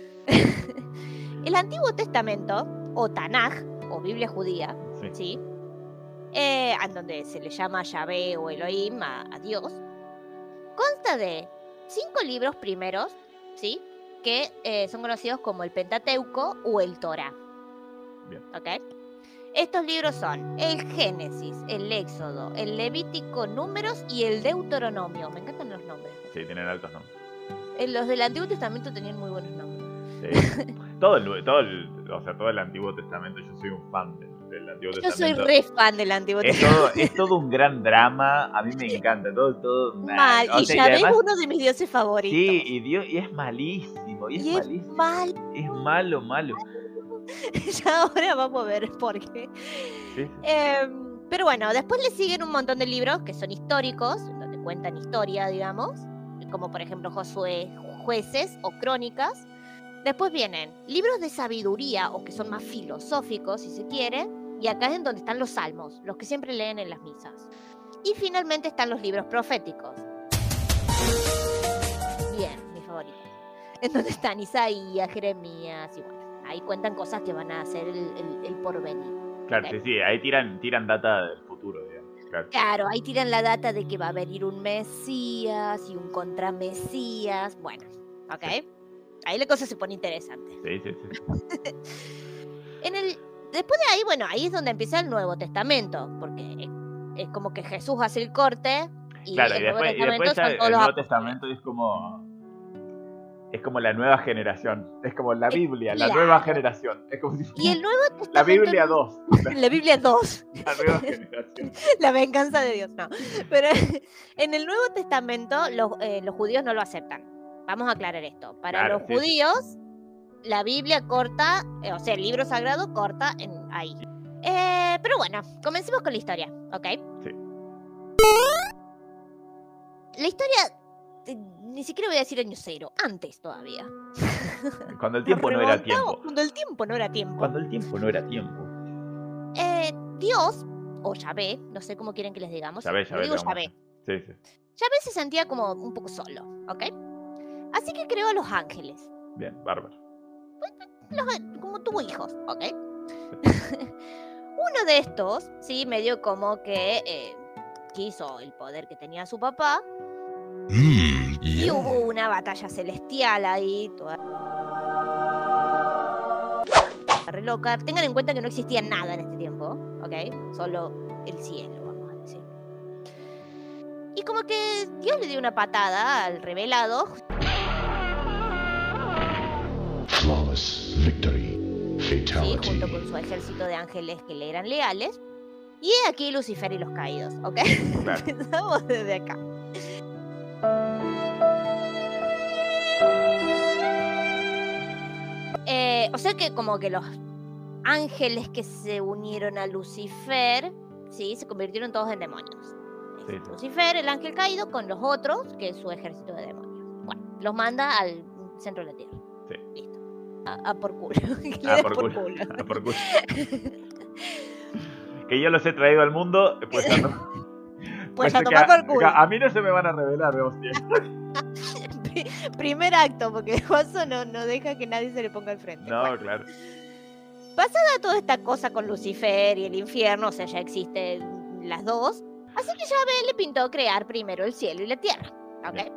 El Antiguo Testamento, o Tanaj, o Biblia judía, Sí. ¿sí? Eh, en donde se le llama Yahvé o Elohim a, a Dios, consta de cinco libros primeros, ¿sí?, que eh, son conocidos como el Pentateuco o el Torá. Bien. ¿Ok? Estos libros son el Génesis, el Éxodo, el Levítico, Números y el Deuteronomio. Me encantan los nombres. Sí, tienen altos nombres. Eh, Los del Antiguo Testamento tenían muy buenos nombres. Sí. todo, el, todo, el, o sea, todo el Antiguo Testamento, yo soy un fan del, del Antiguo Yo soy Testamento. re fan del Antiguo Es Testamento. todo, es todo un gran drama, a mí me encanta, todo, todo Mal, o y sea, ya ves además- uno de mis dioses favoritos. Sí, y, Dios, y es malísimo, y es Y es malísimo. mal. Es malo, malo. Ya ahora vamos a ver por qué. Sí. Eh, pero bueno, después le siguen un montón de libros que son históricos, donde cuentan historia, digamos, como por ejemplo Josué, Jueces o Crónicas. Después vienen libros de sabiduría o que son más filosóficos, si se quiere, y acá es en donde están los salmos, los que siempre leen en las misas. Y finalmente están los libros proféticos. Bien, mis favoritos. En donde están Isaías, Jeremías y bueno, ahí cuentan cosas que van a hacer el, el, el porvenir. Claro, ¿ok? sí, sí, ahí tiran, tiran data del futuro, digamos. Claro. Claro, ahí tiran la data de que va a venir un Mesías y un contramesías. Bueno, ok. Ahí la cosa se pone interesante. Sí, sí, sí. En el, después de ahí, bueno, ahí es donde empieza el Nuevo Testamento, porque es, es como que Jesús hace el corte y Claro, el y Nuevo después, y Testamento después ya son el todos los Nuevo apóstoles. Testamento es como. Es como la nueva generación. Es como la Biblia, la claro. nueva generación. Es como si Y el Nuevo Testamento... La Biblia dos. La Biblia dos. La nueva generación. La venganza de Dios, no. Pero en el Nuevo Testamento los, eh, los judíos no lo aceptan. Vamos a aclarar esto. Para Claro, los sí, judíos, la Biblia corta, eh, o sea, el libro sagrado corta en ahí. Eh, pero bueno, comencemos con la historia, ¿ok? Sí. La historia, eh, ni siquiera voy a decir año cero, antes todavía. Cuando el tiempo no era Remontamos tiempo. Cuando el tiempo no era tiempo. Cuando el tiempo no era tiempo. Eh, Dios, o Yahvé, no sé cómo quieren que les digamos. Yahvé, le Yahvé, digo le vamos a- Yahvé. Sí, sí. Yahvé se sentía como un poco solo, ¿ok? Así que creó a los ángeles. Bien, bárbaro. Los- como tuvo hijos, ¿ok? Uno de estos, sí, medio como que eh, quiso el poder que tenía su papá. Mm, Y yeah. hubo una batalla celestial ahí, toda re loca. Tengan en cuenta que no existía nada en este tiempo, ¿ok? Solo el cielo, vamos a decir. Y como que Dios le dio una patada al revelado. Flawless victory. Sí, Fatality. junto con su ejército de ángeles que le eran leales. Y he aquí Lucifer y los caídos, ¿ok? Claro. Empezamos desde acá. Eh, o sea que como que los ángeles que se unieron a Lucifer, sí, se convirtieron todos en demonios. Sí, Es sí. Lucifer, el ángel caído, con los otros, que es su ejército de demonios. Bueno, los manda al centro de la tierra. Sí. Listo. A, a por culo. Que le Ah, des por por culo. culo. Ah, por culo. Que yo los he traído al mundo, pues ya no. Pues a que tomar por culo. A mí no se me van a revelar, hostia. Pri- Primer acto, porque Juazo no, no deja que nadie se le ponga al frente. No, Bueno, claro. pasada toda esta cosa con Lucifer y el infierno, o sea, ya existen las dos, así que Yahvé le pintó crear primero el cielo y la tierra, ¿ok? Bien.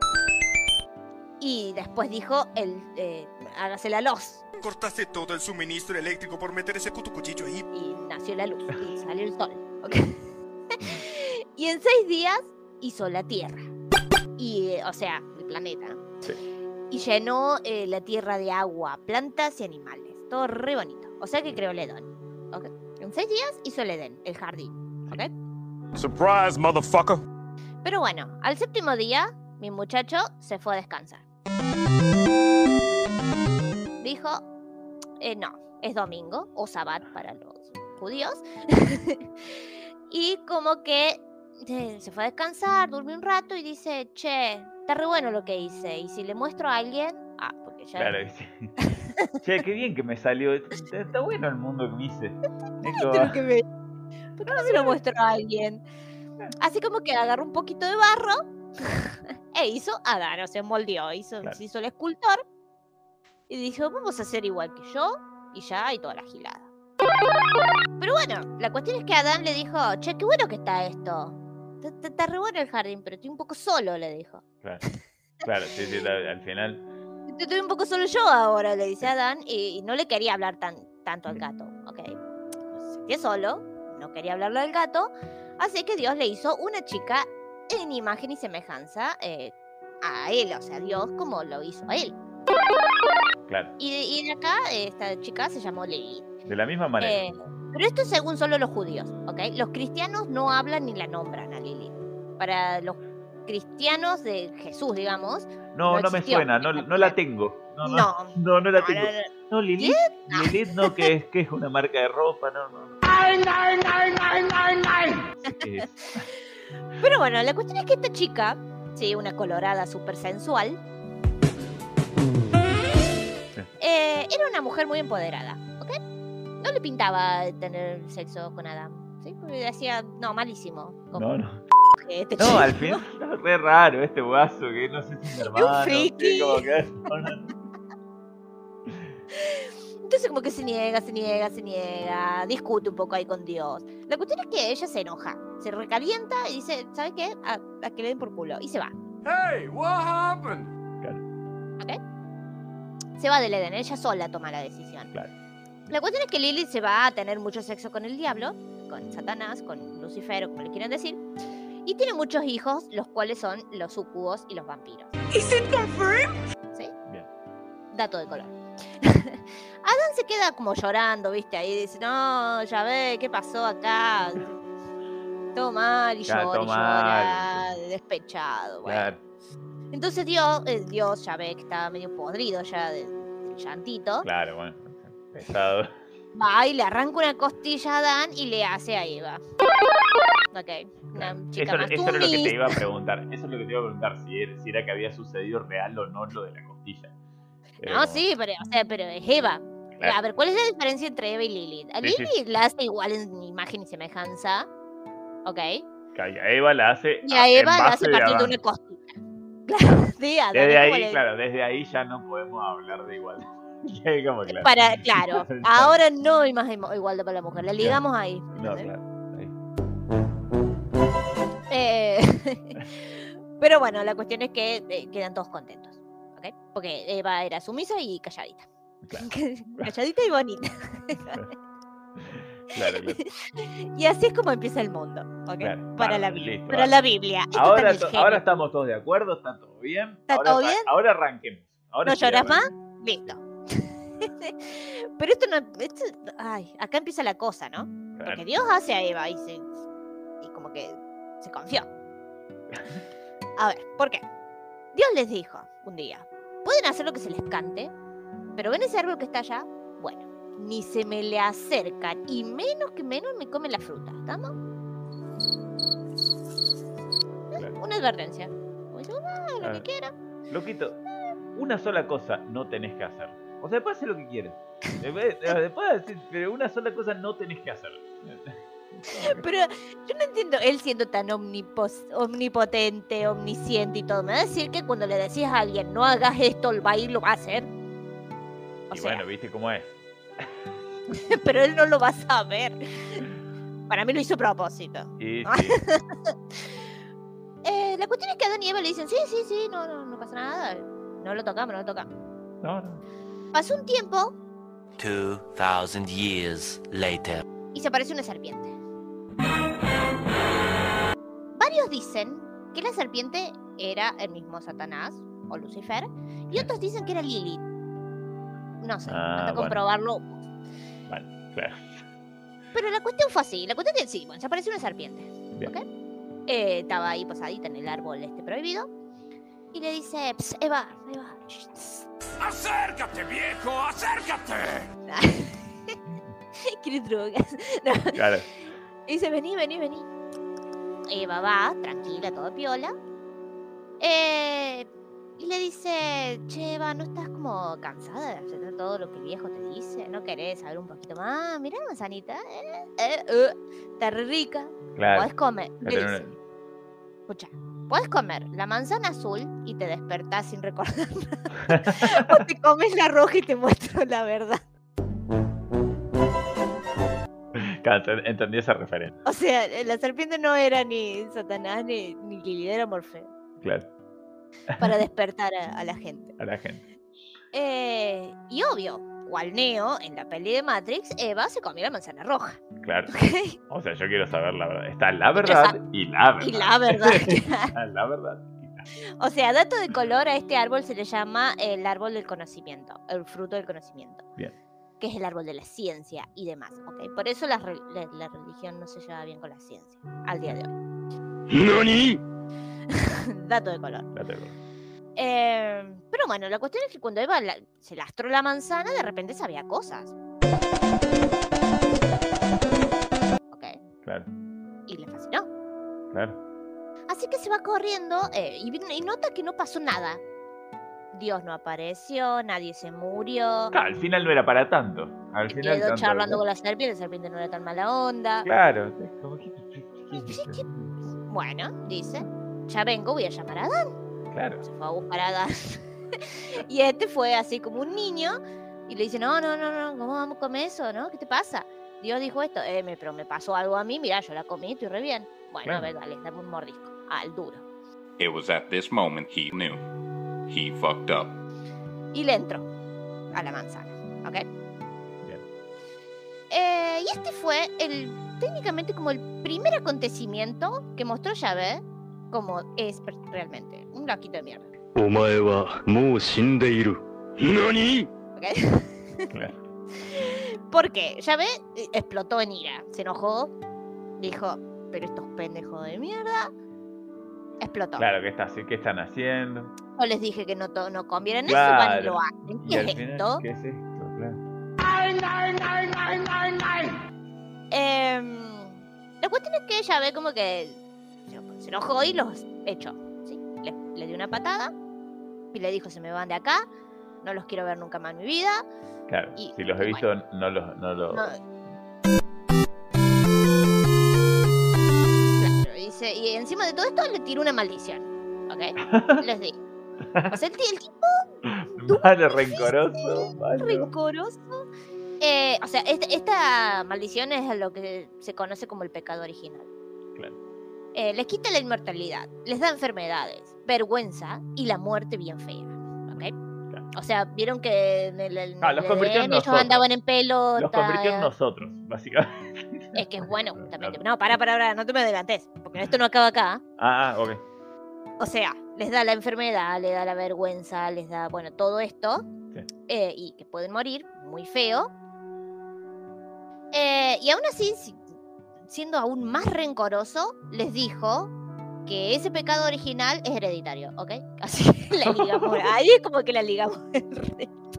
Y después dijo, el, eh, hágase la luz, Cortaste todo el suministro eléctrico por meter ese puto cuchillo ahí. y nació la luz, y salió el sol, ¿ok? Y en seis días hizo la tierra, y, eh, o sea, el planeta, Sí. y llenó eh, la tierra de agua, plantas y animales, todo re bonito, o sea que creó el Edén, ¿ok? En seis días hizo el Edén, el jardín, ¿ok? Surprise, motherfucker. Pero bueno, al séptimo día, mi muchacho se fue a descansar. Dijo, eh, no, es domingo, o sabbat para los judíos. Y como que eh, se fue a descansar, durmió un rato y dice, che, está re bueno lo que hice. Y si le muestro a alguien, ah, porque ya... Claro, sí. Che, qué bien que me salió. Está, está bueno el mundo que me hice. Es como- Esto es lo que ve. ¿Por qué no se lo muestro a alguien? Así como que agarró un poquito de barro e hizo Adán, o sea, moldeó, hizo, Claro. se hizo el escultor y dijo, vamos a hacer igual que yo y ya, y toda la gilada. Pero bueno, la cuestión es que Adán le dijo, che, qué bueno que está esto. Está- Está está re bueno el jardín, pero estoy un poco solo, le dijo. Claro, claro, sí, sí, al al final. Estoy un poco solo yo ahora, le dice Adán, y, y no le quería hablar tan, tanto al gato, ¿ok? Se sentía solo, no quería hablarle al gato, así que Dios le hizo una chica en imagen y semejanza eh, a él, o sea, Dios como lo hizo a él. Claro, Y, y de acá, esta chica se llamó Lilith. de la misma manera. Eh, Pero esto es según solo los judíos, ¿ok? Los cristianos no hablan ni la nombran a Lilith. Para los cristianos de Jesús, digamos. No, no, no me suena, no, no la tengo. No, no, no, no, no la tengo. No, no, no. no Lilith, Lilith no, que es, que es una marca de ropa, no, no. no. ¡Ay, ay, ay, ay, ay, ay! Es... Pero bueno, la cuestión es que esta chica, sí, una colorada súper sensual, eh, era una mujer muy empoderada, ¿ok? No le pintaba tener sexo con Adam, ¿sí? Porque decía, no, malísimo. Como, no, no. Este no, chico. al fin es re raro este guaso, que no sé si es mi hermano. Un friki. Como que es... no, no. Entonces como que se niega, se niega, se niega, discute un poco ahí con Dios. La cuestión es que ella se enoja, se recalienta y dice, ¿sabes qué? A, a que le den por culo. Y se va. Hey, what happened? Claro. ¿Ok? Se va del Edén, ella sola toma la decisión. Claro. La cuestión es que Lilith se va a tener mucho sexo con el diablo, con Satanás, con Lucifer, o como le quieran decir. Y tiene muchos hijos, los cuales son los sucubos y los vampiros. ¿Is it confirmed? ¿Sí? Bien. Dato de color. Adán se queda como llorando, ¿viste? Ahí dice, no, ya ve, ¿qué pasó acá? Todo mal, y ya, llora, y llora, despechado. Bueno. Claro. Entonces Dios, eh, Dios ya ve que estaba medio podrido ya del de llantito. Claro, bueno, pesado. Va y le arranca una costilla a Adán y le hace a Eva. Ok, una chica Eso, más eso era lo que te sumisa. iba a preguntar. Eso es lo que te iba a preguntar, si era, si era que había sucedido real o no lo de la costilla. Pero... No, sí, pero, o sea, pero es Eva. Claro. A ver, ¿cuál es la diferencia entre Eva y Lilith? A Sí, Lilith sí. la hace igual en imagen y semejanza. Ok. Que a Eva la hace. Y a Eva en la base hace de partir de Adán. una costilla. Claro, sí, Adán, Desde es como ahí, le- claro, desde ahí ya no podemos hablar de igualdad. Como, claro. Para, claro, ahora no hay más imo- igualdad para la mujer, la ligamos ahí. No, ¿entendés? claro. Ahí. Eh, pero bueno, la cuestión es que eh, quedan todos contentos, ¿ok? Porque Eva era sumisa y calladita. Claro. Calladita y bonita. Claro, claro. Y así es como empieza el mundo, ¿ok? Claro, Para, bárbaro, la, Biblia, listo, para bárbaro. la Biblia. Esto Ahora, está en el to- genio. ahora estamos todos de acuerdo, está todo bien. ¿Está ahora, todo arran- bien? Ahora arranquemos. Ahora ¿No sí, lloras más? arranquemos. Listo. Pero esto no... Esto, ay, acá empieza la cosa, ¿no? Claro. Porque Dios hace a Eva y, se, y como que se confió. A ver, ¿por qué? Dios les dijo un día, pueden hacer lo que se les cante, pero ven ese árbol que está allá, bueno, ni se me le acercan y menos que menos me comen la fruta, ¿estamos? Claro. Una advertencia. Como dice, ah, lo Ah. que quiera. Loquito, una sola cosa no tenés que hacer. O sea, después hacer lo que quieras. Después, después decir, pero una sola cosa no tenés que hacer. Pero yo no entiendo, él siendo tan omnipos- omnipotente, omnisciente y todo, me va a decir que cuando le decís a alguien no hagas esto, el va a ir, lo va a hacer. O Y sea, bueno, viste cómo es. pero él no lo va a saber. Para mí lo hizo a propósito. Y Ah. sí, Eh, la cuestión es que Adán y Eva le dicen, sí, sí, sí, no, no, no pasa nada. No lo tocamos, no lo tocamos. no, no. Pasó un tiempo Two thousand years later. y se apareció una serpiente. Varios dicen que la serpiente era el mismo Satanás o Lucifer y otros dicen que era Lilith. No sé, Ah, hasta bueno. comprobarlo. Vale, claro. Pero la cuestión fue así, la cuestión es que sí, bueno, se apareció una serpiente. Bien. ¿Ok? Eh, estaba ahí posadita en el árbol este prohibido y le dice, "Ps, Eva, Eva, shh, ¡Acércate, viejo! ¡Acércate! ¿quieres drogas?" No. Claro. Y dice, vení, vení, vení. Eva va, tranquila, todo piola. Eh, y le dice, che, Eva, ¿no estás como cansada de hacer todo lo que el viejo te dice? ¿No querés saber un poquito más? Mirá la manzanita. Eh, eh, eh, está re rica. Claro. Podés comer. Ya Le tenés dice, una- escucha, podés comer la manzana azul y te despertás sin recordar nada. O te comes la roja y te muestro la verdad. Claro, ent- entendí esa referencia. O sea, la serpiente no era ni Satanás ni, ni Lilith, era Morfeo. Claro, Para despertar a, a la gente. a la gente. Eh, y obvio, cual Neo, en la peli de Matrix, Eva se comió la manzana roja. Claro. ¿Ok? O sea, yo quiero saber la verdad. Está la Mucho verdad sa- y la verdad. Y la verdad. Está la verdad. y la- O sea, dato de color, a este árbol se le llama el árbol del conocimiento, el fruto del conocimiento. Bien. que es el árbol de la ciencia y demás, ¿ok? Por eso la, la, la religión no se lleva bien con la ciencia, al día de hoy. ¿Nani? Dato de color. Dato de color. Eh, pero bueno, la cuestión es que cuando Eva la, se lastró la manzana, de repente sabía cosas. ¿Ok? Claro. Y le fascinó. Claro. Así que se va corriendo eh, y, y nota que no pasó nada. Dios no apareció, nadie se murió. Claro, al final no era para tanto. Al Se final quedó tanto, charlando ¿no? con la serpiente, la serpiente no era tan mala onda. Claro. Como que... Bueno, dice, ya vengo, voy a llamar a Adán. Claro. Se fue a buscar a Adán. Y este fue así como un niño y le dice, no, no, no, no, ¿cómo vamos a comer eso, no? ¿Qué te pasa? Dios dijo esto, eh, me, pero me pasó algo a mí, mira, yo la comí, estoy re bien. Bueno, Claro. a ver, dale, dame un mordisco. Al duro. It was at this moment he knew. He fucked up. Y le entró a la manzana, ¿ok? Bien. Eh, y este fue el, técnicamente como el primer acontecimiento que mostró Yahvé como es realmente, un loquito de mierda. お前はもう死んでいる。何？ ¿Ok? Claro. ¿Por qué? Yahvé explotó en ira, se enojó, dijo, pero estos pendejos de mierda, explotó. Claro, ¿qué, está, ¿qué están haciendo? Yo les dije que no, to- no conviene en Claro. eso, van y lo hacen. Y ¿Qué al es final, esto? ¿qué es esto? Claro. Nein, nein, nein, nein, nein, nein. Eh, la cuestión es que ella ve como que se- se enojó y los echó, ¿sí? Le, le dio una patada y le dijo, se me van de acá, no los quiero ver nunca más en mi vida. Claro, Y- si los y he visto, bueno. no los... No los... No. Claro, y, se- y encima de todo esto le tiró una maldición, ¿ok? Les digo. O sea, el, ti- el tipo Malo, rencoroso. Malo. rencoroso. Eh, o sea, este- esta maldición es lo que se conoce como el pecado original. Claro. Eh, les quita la inmortalidad, les da enfermedades, vergüenza y la muerte bien fea. ¿Ok? Claro. O sea, vieron que en el, en Ah, el los convirtió en Edén ellos nosotros. andaban en pelota. Los convirtió en nosotros, básicamente. Es que es bueno, justamente. Claro. No, para, para, para, no te me adelantes, porque esto no acaba acá. Ah, ah, ok. O sea, les da la enfermedad, les da la vergüenza, les da, bueno, todo esto. Sí. eh, y que pueden morir muy feo. Eh, y aún así, si- siendo aún más rencoroso, les dijo que ese pecado original es hereditario, ¿ok? Así que la ligamos. Ahí es como que la ligamos el resto.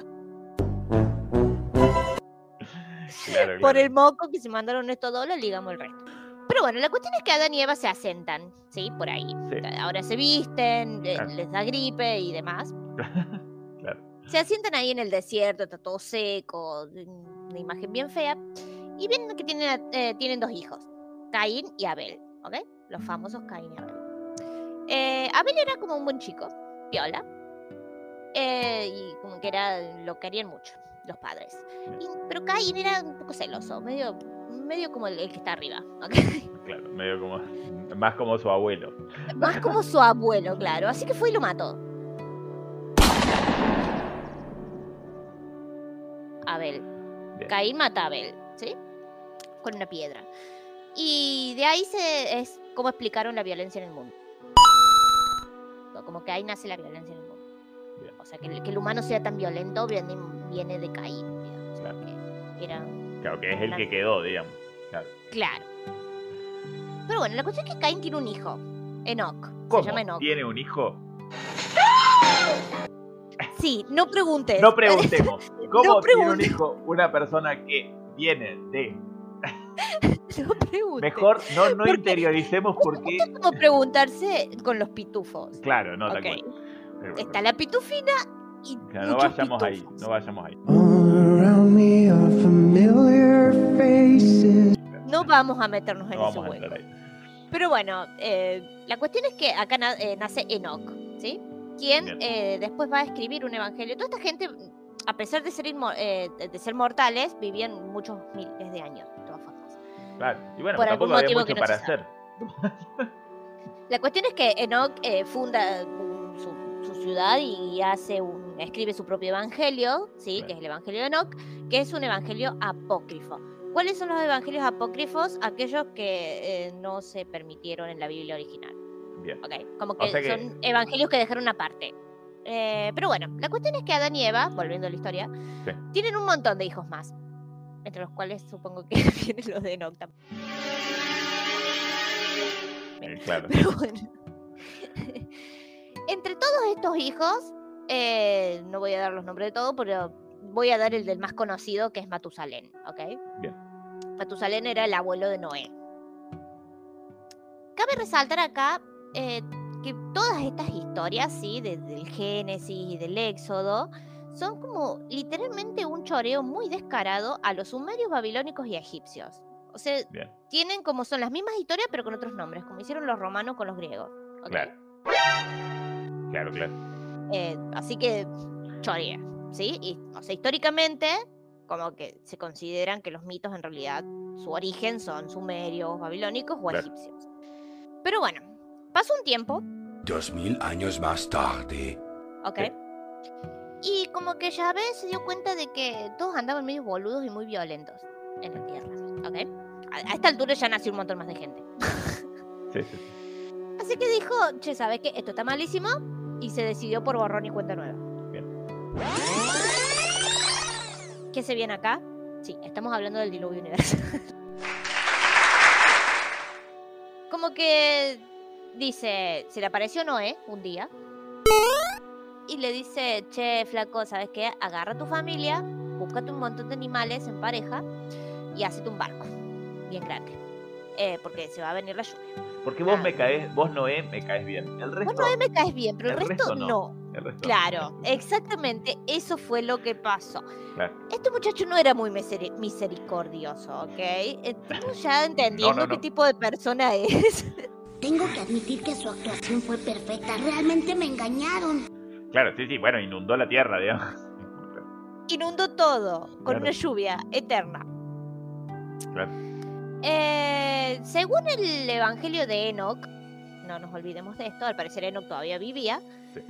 Claro, Por claro. el moco que se mandaron estos dos, la ligamos el resto. Pero bueno, la cuestión es que Adán y Eva se asentan, ¿sí? Por ahí. Sí. Ahora se visten, eh, Claro. les da gripe y demás. Claro. Se asientan ahí en el desierto, está todo seco, una imagen bien fea. Y ven que tienen, eh, tienen dos hijos, Caín y Abel, ¿ok? Los famosos Caín y Abel. Eh, Abel era como un buen chico, piola. Eh, y como que era, lo querían mucho, los padres. Y- pero Caín era un poco celoso, medio, medio como el, el que está arriba, ¿ok? Claro, medio como... Más como su abuelo. Más como su abuelo, claro. Así que fue y lo mató. Abel. Bien. Caín mata a Abel, ¿sí? Con una piedra. Y de ahí se es como explicaron la violencia en el mundo. Como que ahí nace la violencia en el mundo. Bien. O sea, que el, que el humano sea tan violento viene, viene de Caín, digamos. Claro. Porque era... Claro, que es el Una- que quedó, digamos. Claro. Claro. Pero bueno, la cuestión es que Caín tiene un hijo. Enoch. ¿Cómo? Se llama Enoch. ¿Tiene un hijo? Sí, no preguntes. No preguntemos. ¿Cómo No tiene un preguntes. hijo una persona que viene de... No preguntes. Mejor no, no Porque- interioricemos porque... Es como preguntarse con los pitufos. Claro, no, tal Ok. cual. Pero bueno, Está la pitufina y claro, no muchos vayamos ahí, pitufos. no vayamos ahí. No vamos a meternos en No ese vamos a juego. entrar ahí. Pero bueno, eh, la cuestión es que acá na- eh, nace Enoch, ¿sí? Quien Bien. eh, después va a escribir un evangelio. Toda esta gente, a pesar de ser, inmo- eh, de ser mortales, vivían muchos miles de años, de todas formas. Claro. Y bueno, Por tampoco algún había motivo mucho que no para se sabe. hacer. La cuestión es que Enoch eh, funda un- su, su ciudad y hace un, escribe su propio evangelio, ¿sí? Claro. Que es el evangelio de Enoch, que es un evangelio apócrifo. ¿Cuáles son los evangelios apócrifos? Aquellos que eh, no se permitieron en la Biblia original. Bien. ¿Ok? Como O que, sea que- son evangelios que dejaron aparte. Eh, pero bueno, la cuestión es que Adán y Eva, volviendo a la historia, Sí. tienen un montón de hijos más. Entre los cuales supongo que vienen los de Enoch también. Eh, claro. Pero bueno. Entre todos estos hijos, eh, no voy a dar los nombres de todos, pero voy a dar el del más conocido, que es Matusalén, ¿ok? Bien. Matusalén era el abuelo de Noé. Cabe resaltar acá eh, que todas estas historias, ¿sí? Desde el Génesis y del Éxodo, son como literalmente un choreo muy descarado a los sumerios, babilónicos y egipcios. O sea, Bien. tienen como son las mismas historias, pero con otros nombres, como hicieron los romanos con los griegos. ¿Ok? Claro. Claro, claro. Eh, así que chorea, ¿sí? Y, o sea, históricamente, como que se consideran que los mitos en realidad, su origen son sumerios, babilónicos o Claro. egipcios. Pero bueno, pasó un tiempo, Dos mil años más tarde. ¿ok? Y como que Yahvé se dio cuenta de que todos andaban medio boludos y muy violentos en la tierra, ¿ok? A, a esta altura ya nació un montón más de gente. Sí, sí. Así que dijo, che, ¿sabes qué? Esto está malísimo. Y se decidió por borrón y cuenta nueva. Bien. ¿Qué se viene acá? Sí, estamos hablando del diluvio universal. Como que dice, se le apareció Noé un día y le dice, che, flaco, ¿sabes qué? Agarra a tu familia, búscate un montón de animales en pareja y hazte un barco bien grande. Eh, porque se va a venir la lluvia. Porque vos me caes, vos Noé me caes bien. El resto. Vos Noé me caes bien, pero el, el resto, resto no. no. El resto Claro, no. exactamente, eso fue lo que pasó. Claro. Este muchacho no era muy miseri- misericordioso, ¿ok? Estamos ya entendiendo No, no, no. qué tipo de persona es. Tengo que admitir que su actuación fue perfecta. Realmente me engañaron. Claro, sí, sí, bueno, inundó la tierra, digamos. Inundó todo con Claro. una lluvia eterna. Claro. Eh, según el Evangelio de Enoch, no nos olvidemos de esto, al parecer Enoch todavía vivía.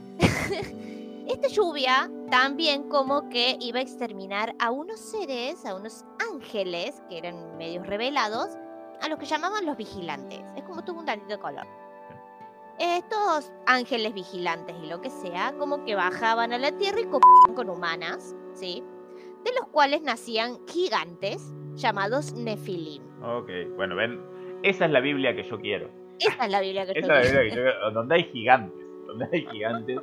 Esta lluvia también como que iba a exterminar a unos seres, a unos ángeles que eran medios revelados, a los que llamaban los vigilantes. Es como tuvo un tantito de color. Estos ángeles vigilantes y lo que sea, como que bajaban a la tierra y copaban con humanas, ¿sí? De los cuales nacían gigantes llamados Nefilim. Ok, bueno, ven, esa es la Biblia que yo quiero. Esa es la Biblia que yo Esa es la quiero. Biblia que yo quiero, donde hay gigantes, donde hay gigantes.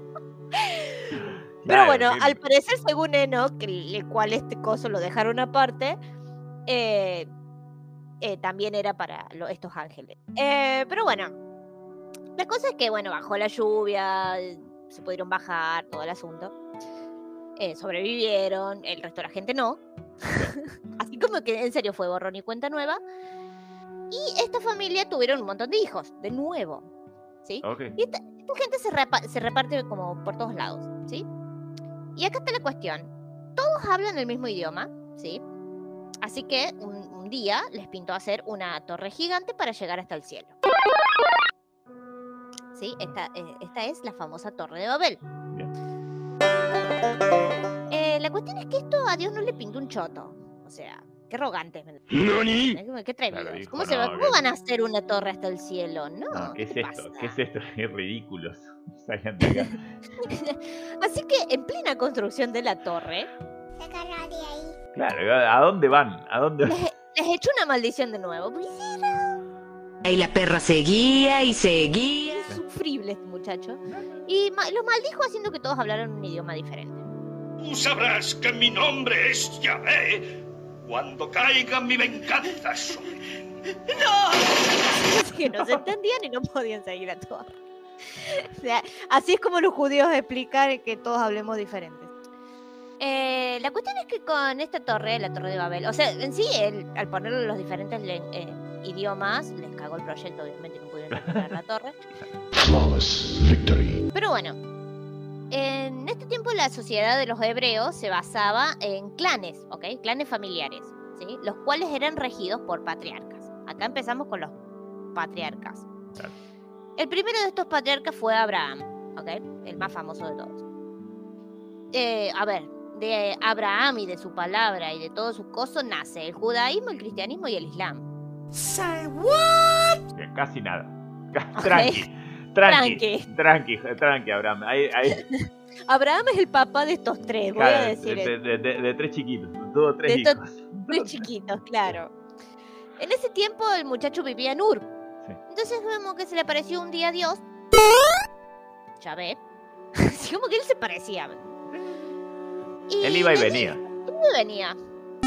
Pero Claro, bueno, que- al parecer, según Enoch, el, el cual este coso lo dejaron aparte, eh, eh, también era para lo- estos ángeles. Eh, pero bueno, la cosa es que, bueno, bajó la lluvia, se pudieron bajar, todo el asunto. Eh, sobrevivieron, el resto de la gente no. Así como que en serio fue borrón y cuenta nueva. Y esta familia tuvieron un montón de hijos, de nuevo. ¿Sí? Ok. Y esta, esta gente se, repa- se reparte como por todos lados, ¿sí? Y acá está la cuestión. Todos hablan el mismo idioma, ¿sí? Así que un, un día les pintó hacer una torre gigante para llegar hasta el cielo. ¿Sí? Esta, eh, esta es la famosa Torre de Babel. Eh, la cuestión es que esto a Dios no le pintó un choto. O sea, qué arrogante. ¿Nani? Qué atrevidos. Claro, dijo, ¿Cómo, se va- no, ¿Cómo que- van a hacer una torre hasta el cielo? No, No, ¿qué es ¿qué esto? pasa? ¿Qué es esto? Es ridículos. Salgan de acá. Así que en plena construcción de la torre, Claro, ¿a dónde van? ¿A dónde van? les, les echó una maldición de nuevo. Pues Y la perra seguía y seguía. es insufrible este muchacho. Y ma- los maldijo haciendo que todos hablaran un idioma diferente. Tú sabrás que mi nombre es Yahvé cuando caiga mi venganza sobre ti. Así que no se entendían y no podían seguir la torre. O sea, así es como los judíos explican que todos hablemos diferentes. Eh, la cuestión es que con esta torre, la torre de Babel, o sea, en sí, el- al ponerle los diferentes len- eh, idiomas, les cagó el proyecto, obviamente no pudieron terminar la torre. Pero bueno, en este tiempo la sociedad de los hebreos se basaba en clanes, ¿ok? Clanes familiares, ¿sí? Los cuales eran regidos por patriarcas. Acá empezamos con los patriarcas. Claro. El primero de estos patriarcas fue Abraham, ¿ok? El más famoso de todos. Eh, a ver, de Abraham y de su palabra y de todo su coso nace el judaísmo, el cristianismo y el islam. Say what? Bien, casi nada. Ca- Ok. Tranqui, tranqui, tranqui, tranqui, Abraham. Ahí, ahí, Abraham es el papá de estos tres, voy Claro, a decir. de, eso. de, de, de tres chiquitos, tuvo tres De hijos. estos tres chiquitos, claro. En ese tiempo el muchacho vivía en Ur. Sí. Entonces como que se le apareció un día a Dios. Ya ve. Así como que él se parecía. Y Él iba y le venía. dijo- Él iba y venía.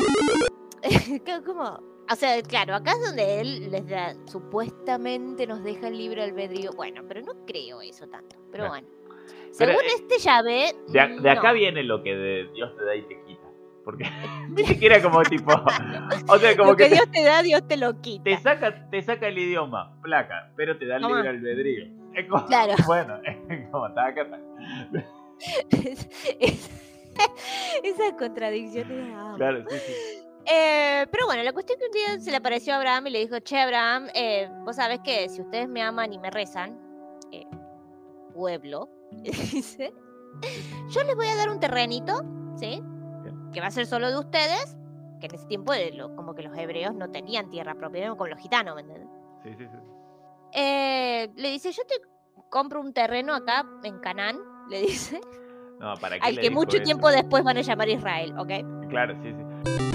¿Cómo? O sea, claro, acá es donde él les da, supuestamente nos deja el libre albedrío. Bueno, pero no creo eso tanto. Pero Claro. bueno. Pero, Según eh, este llave. De, a- de acá no. viene lo que de Dios te da y te quita. Porque ni siquiera como tipo. O sea, como Lo que, que te, Dios te da, Dios te lo quita. te saca, te saca el idioma, placa, pero te da el Toma. libre albedrío. Es como, Claro. Bueno, es como taca, taca. Es- es- Esas contradicciones. ah. Claro, sí, sí. Eh, pero bueno, la cuestión es que un día se le apareció a Abraham y le dijo, che, Abraham, eh, vos sabés que si ustedes me aman y me rezan, eh, pueblo, dice, yo les voy a dar un terrenito, ¿sí? Bien. Que va a ser solo de ustedes, que en ese tiempo eh, lo- como que los hebreos no tenían tierra propia, eran como los gitanos, ¿me entiendes? Sí, sí, sí. Eh, le dice, yo te compro un terreno acá en Canaán, le dice, No, ¿para qué al le que dijo mucho eso? tiempo después van a llamar Israel, ¿ok? Claro, sí, sí.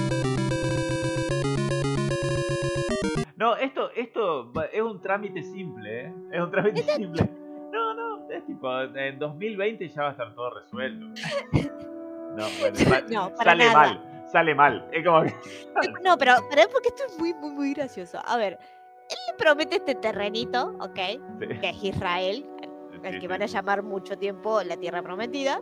No, esto, esto va- es un trámite simple, ¿eh? Es un trámite simple. No, no, es tipo, en dos mil veinte ya va a estar todo resuelto. No, bueno, va- No, para sale nada. mal, sale mal. Es como que... No, pero, pero es porque esto es muy, muy, muy gracioso. A ver, él le promete este terrenito, ¿ok? Sí. Que es Israel, al, al Sí, que sí. van a llamar mucho tiempo la tierra prometida.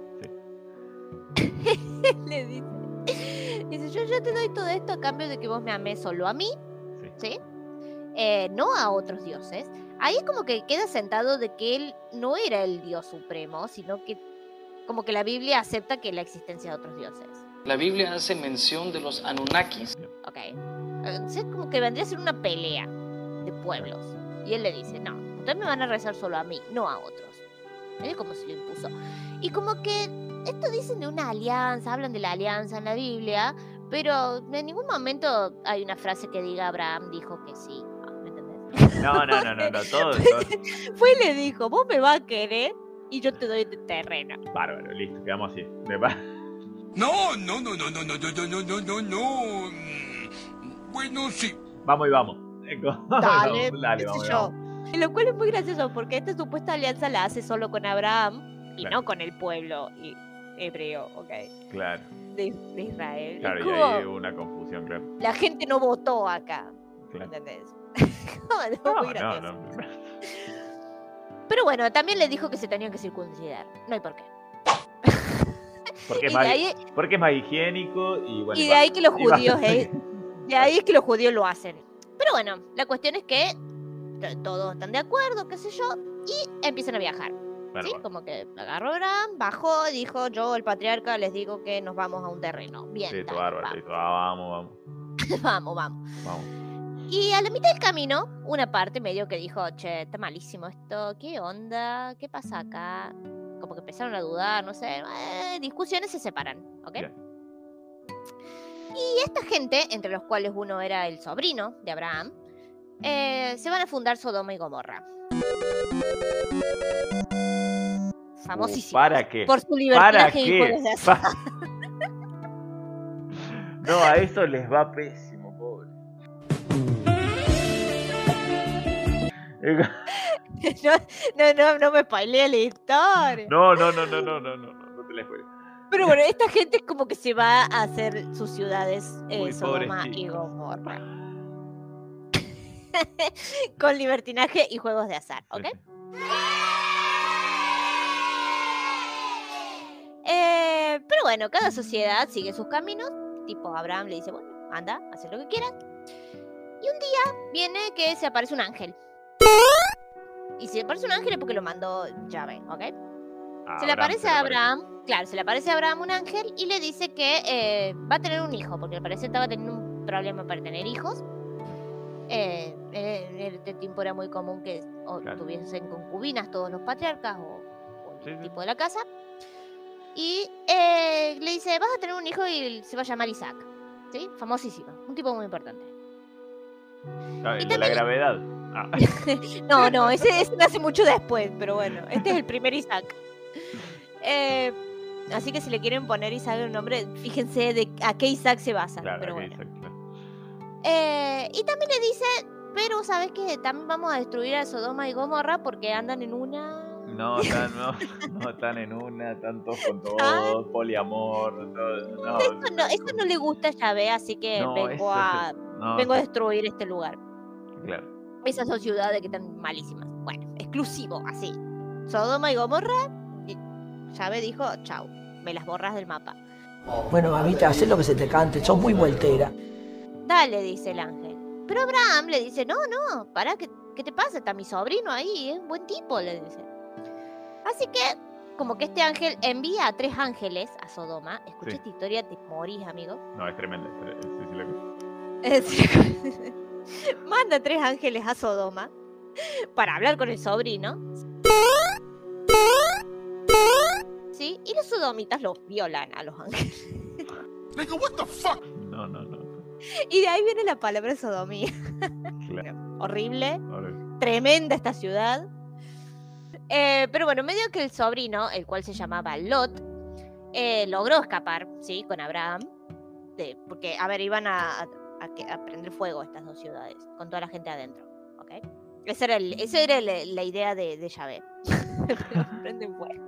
Le dice, dice, yo, yo te doy todo esto a cambio de que vos me ames solo a mí, Sí. ¿sí? Eh, no a otros dioses. Ahí como que queda sentado de que él no era el dios supremo, sino que como que la Biblia acepta que la existencia de otros dioses. La Biblia hace mención de los Anunnakis. Ok. Entonces como que vendría a ser una pelea de pueblos. Y él le dice, no, ustedes me van a rezar solo a mí, no a otros. Es como se lo impuso. Y como que esto dicen de una alianza, hablan de la alianza en la Biblia, pero en ningún momento hay una frase que diga Abraham dijo que sí. ¿Me entendés? No, no, no, no, no, todo, todo. Fue y le dijo, vos me vas a querer y yo te doy este terreno. Bárbaro, listo, quedamos así. Me va- No, no, no, no, no, no, no, no, no, no, no. Mm, Bueno, sí. Vamos y vamos. Es como- Dale, Dale, qué vamos, sé y yo. vamos. Y lo cual es muy gracioso porque esta supuesta alianza la hace solo con Abraham y Claro. no con el pueblo y- hebreo, ¿ok? Claro, De, de Israel. Es claro, y como, ahí hubo una confusión, claro. la gente no votó acá, Claro. ¿entendés? No, es No, muy no, gracioso. no. Pero bueno, también le dijo que se tenían que circuncidar. No hay por qué. Porque es, Y más, de ahí- porque es más higiénico y bueno. Y y de va- ahí que los y va- judíos, eh, de ahí es que los judíos lo hacen. Pero bueno, la cuestión es que t- todos están de acuerdo, qué sé yo, y empiezan a viajar. Bueno, ¿Sí? bueno. Como que agarró Abraham, bajó, dijo, yo, el patriarca, les digo que nos vamos a un terreno. Bien, Listo, dale, bárbaro, listo. Ah, vamos, vamos, vamos, vamos, vamos. vamos. Y a la mitad del camino, una parte medio que dijo, che, está malísimo esto, ¿qué onda? ¿Qué pasa acá? Como que empezaron a dudar, no sé, eh, discusiones, se separan, ¿ok? Bien. Y esta gente, entre los cuales uno era el sobrino de Abraham, eh, se van a fundar Sodoma y Gomorra. Famosísimo. ¿Para qué? Por su ¿Para libertinaje y qué? juegos de azar. Pa- No, a eso les va pésimo, pobre. no, no, no, no me spoileé la historia. No, no, no, no, no, no, no, no, no te la spoileo. Pero bueno, esta gente es como que se va a hacer sus ciudades eh, Uy, Sodoma y pobrecitos. Gomorra. Con libertinaje y juegos de azar, ¿ok? Eh, pero bueno, cada sociedad sigue sus caminos. Tipo, Abraham le dice, bueno, anda, haz lo que quieras. Y un día viene que se aparece un ángel. Y si aparece un ángel es porque lo mandó Yahvé, ¿ok? Se le aparece a Abraham, claro, se le aparece a Abraham un ángel y le dice que eh, va a tener un hijo, porque al parecer estaba teniendo un problema para tener hijos. Eh, en este tiempo era muy común que o Claro. tuviesen concubinas todos los patriarcas o, o el Sí, sí. tipo de la casa. Y eh, le dice, vas a tener un hijo y se va a llamar Isaac. ¿Sí? Famosísimo, un tipo muy importante. Ah, Y el de la también- gravedad. Ah. No, no, ese, ese nace mucho después, pero bueno, este es el primer Isaac. Eh, así que si le quieren poner Isaac un nombre, fíjense de a qué Isaac se basa. Claro, pero aquí bueno. Isaac, claro. Eh, y también le dice, pero ¿sabes qué? También vamos a destruir a Sodoma y Gomorra porque andan en una... No, están, no, no están en una, están todos con todos, poliamor, todo, no. Eso no, eso no le gusta a Yahvé, así que No, vengo, eso- a, no, vengo a sí. destruir este lugar. Claro. Esas dos ciudades que están malísimas. Bueno, exclusivo, así. Sodoma y Gomorra, y Yahvé dijo, chau, me las borras del mapa. Bueno, mamita, haz lo que se te cante, sos muy vueltera. Dale, dice el ángel. Pero Abraham le dice, no, no, pará, ¿qué, qué te pasa? Está mi sobrino ahí, es un buen tipo, le dice. Así que, como que este ángel envía a tres ángeles a Sodoma. Escucha Sí. esta historia, te morís, amigo. No, es tremendo. Es tre- sí, sí, lo- Es- Manda a tres ángeles a Sodoma para hablar con el sobrino. Sí, y los sodomitas los violan a los ángeles. Nigga, what the fuck? No, no, no. Y de ahí viene la palabra sodomía. Claro. Horrible, Horrible. tremenda esta ciudad. Eh, pero bueno, medio que el sobrino, el cual se llamaba Lot, eh, logró escapar, ¿sí? Con Abraham. De, porque, a ver, iban a, a, a que- a prender fuego estas dos ciudades, con toda la gente adentro, ¿ok? Esa era, el, esa era la, la idea de, de Yahvé. Prenden fuego.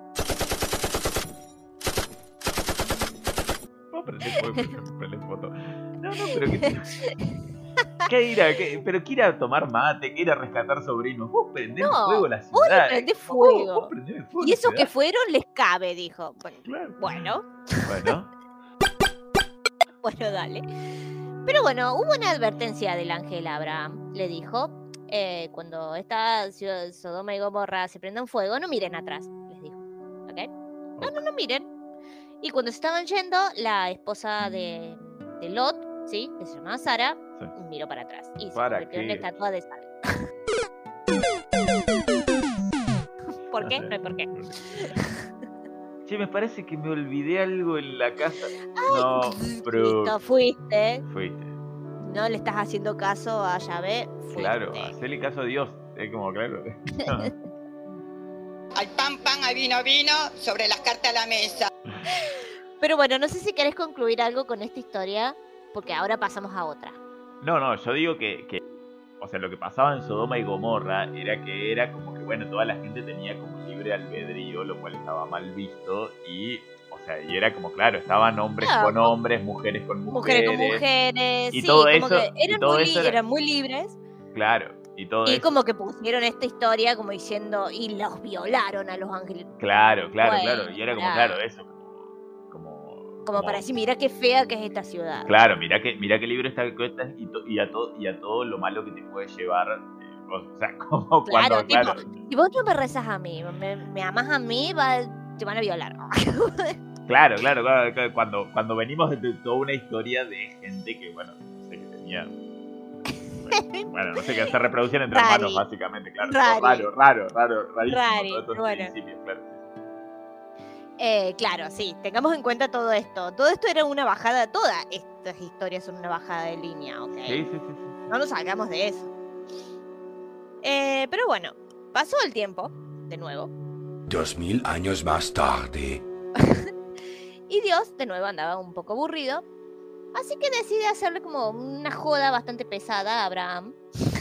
Vamos a prender fuego, prender foto. No, no, pero qué... ¿Qué ir a, qué, pero que ir a tomar mate, que ir a rescatar sobrinos. Vos prendés No, fuego la vos ciudad. le prendés Vos- fuego. vos prendés fuego Y la esos que ciudad. fueron les cabe, dijo. Bueno, Claro. bueno, Bueno, bueno, dale. Pero bueno, hubo una advertencia del ángel a Abraham. Le dijo, eh, cuando esta ciudad, Sodoma y Gomorra se prendan fuego, no miren atrás, les dijo. ¿Ok? No, no, no miren. Y cuando se estaban yendo, la esposa de, de Lot, ¿sí? Que se llamaba Sara, Sí. miró para atrás y se ¿Para convirtió en qué? la estatua de Sara. ¿Por qué? No hay por qué. che, me parece que me olvidé algo en la casa. No, pero... Listo, fuiste. Fuiste. No le estás haciendo caso a Yahvé. Fuiste. Claro, hacerle caso a Dios. Es como, claro. Al pan, pan, al vino, vino, sobre las cartas a la mesa. Pero bueno, no sé si querés concluir algo con esta historia, porque ahora pasamos a otra. No, no, yo digo que, que, o sea, lo que pasaba en Sodoma y Gomorra era que era como que, bueno, toda la gente tenía como libre albedrío, lo cual estaba mal visto, y, o sea, y era como, claro, estaban hombres Claro, con hombres, mujeres con Mujeres mujeres. con mujeres, y sí, todo como eso- que y eran, todo muy, eso li- era- eran muy libres. Claro, y todo Y eso. como que pusieron esta historia como diciendo, y los violaron a los ángeles. Claro, claro, Bueno, claro, y era como, claro. claro, eso, como... Como para decir, mira qué fea que es esta ciudad. Claro, mira que, mira qué libro está cuesta y, to- y, a to- y a todo lo malo que te puede llevar. eh, o sea, como Claro, cuando, tipo, claro, si vos no me rezas a mí, me, me amás a mí, va, te van a violar. claro, claro, claro, claro, cuando, cuando venimos de, de toda una historia de gente que, bueno, no sé, que tenía, bueno, no sé, que se reproducían entre Rari. hermanos, básicamente, claro, Rari. raro, raro, raro, rarísimo, Rari, todos estos bueno. principios, claro. Eh, claro, sí, tengamos en cuenta todo esto. Todo esto era una bajada, todas estas historias son una bajada de línea, ¿ok? Sí, sí, sí, sí. No nos salgamos de eso. Eh, pero bueno, pasó el tiempo, de nuevo, Dos mil años más tarde. y Dios de nuevo andaba un poco aburrido, así que decide hacerle como una joda bastante pesada a Abraham.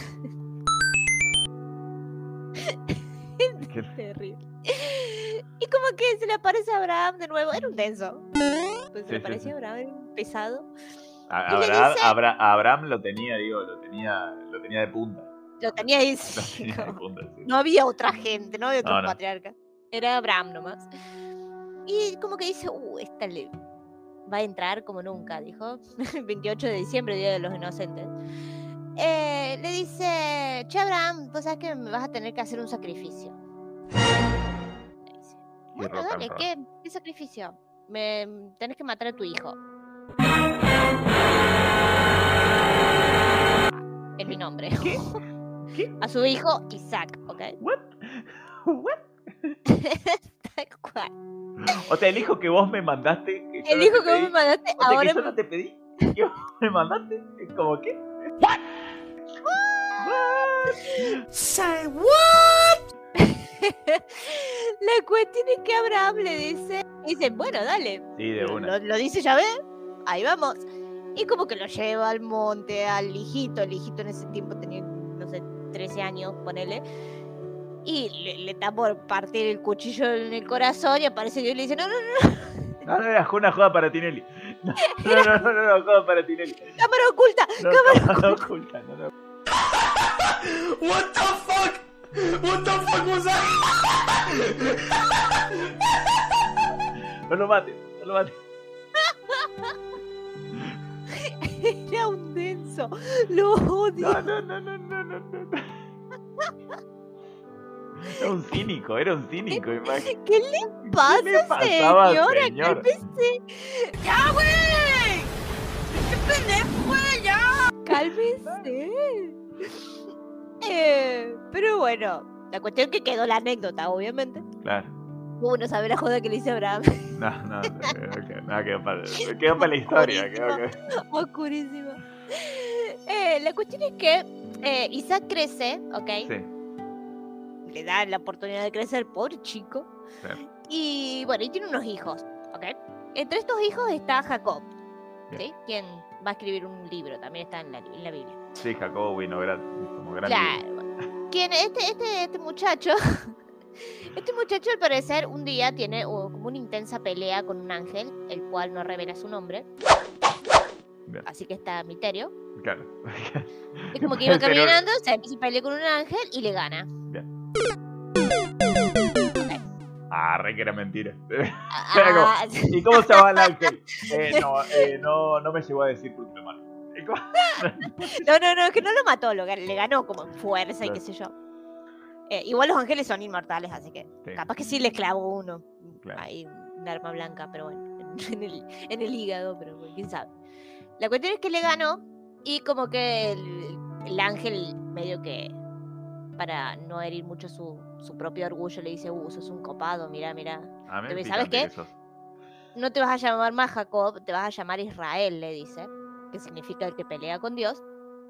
Qué- Terrible. Y como que se le aparece a Abraham de nuevo, era un denso. Pues se Sí, le sí, aparecía sí. a Abraham, era un pesado. A- Y le Abraham, dice- Abra- Abraham lo tenía, digo, lo tenía, lo tenía de punta. Lo tenía ahí. Lo tenía de punta, sí. No había otra gente, no había otro No, no. patriarca. Era Abraham nomás. Y como que dice, uh, esta le va a entrar como nunca, dijo. veintiocho de diciembre, Día de los Inocentes. Eh, le dice, che Abraham, vos sabés que me vas a tener que hacer un sacrificio. Le dice, Y bueno, rock and dale, roll. ¿qué, ¿qué sacrificio? Me, tenés que matar a tu hijo. En mi nombre. A su hijo Isaac, ¿ok? What? What? Tal cual. O sea, el hijo que vos me mandaste. Que yo El no hijo te que vos pedí, me mandaste, o sea, ahora que yo no te pedí. Que vos me mandaste. Es como que. Say what? La cuestión es que Abraham le dice, dice, bueno, dale. Sí, de una. Lo, lo dice Yahvé, ahí vamos. Y como que lo lleva al monte, al hijito. El hijito en ese tiempo tenía, no sé, trece años, ponele. Y le, le está por partir el cuchillo en el corazón y aparece Dios y le dice, no, no, no. No, no, era una joda para Tinelli. No, no, no, no, no, no, joda para Tinelli. Cámara oculta, no, cámara, cámara oculta. oculta. No, no. What the fuck? What the fuck was that? No lo mates, no lo mates. Era un denso. Lo odio. No, no, no, no, no, no, no. Era un cínico, era un cínico, imagínate. ¿Qué le pasa, ¿Qué le pasaba, señora? señor? Cálmese. ¡Ya, güey! ¡Qué pendejo, ya! Cálmese. Eh, pero bueno, la cuestión es que quedó la anécdota, obviamente. Claro. Uno sabe la joda que le hice a Abraham. No, no, no, no quedó para, quedó para la historia. Quedó, quedó. Oscurísimo. Eh, la cuestión es que eh, Isaac crece, ¿ok? Sí. Le da la oportunidad de crecer, pobre chico. Sí. Y bueno, y tiene unos hijos, ¿ok? Entre estos hijos está Jacob, ¿sí? Quien va a escribir un libro, también está en la, en la Biblia. Sí, Jacobo Winograd, como gran Claro. Quien, este, este, este muchacho, este muchacho al parecer un día tiene uh, como una intensa pelea con un ángel, el cual no revela su nombre. Bien. Así que está misterio. Claro. Es como que iba caminando, se empieza a pelear con un ángel y le gana. Bien. Okay. Ah, re que era mentira. Ah, ¿Y cómo se llama el ángel? Eh, no, eh, no, no me llegó a decir por qué lo mató. No, no, no, es que no lo mató, lo, le ganó como en fuerza y qué sé yo. Eh, igual los ángeles son inmortales, así que sí. Capaz que sí le clavó uno. Claro. Hay un arma blanca, pero bueno, en el, en el hígado, pero bueno, quién sabe. La cuestión es que le ganó y como que el, el ángel medio que para no herir mucho su, su propio orgullo le dice, uh, sos un copado, mira, mira. ¿Sabes qué? No te vas a llamar más Jacob, te vas a llamar Israel, le dice, que significa el que pelea con Dios.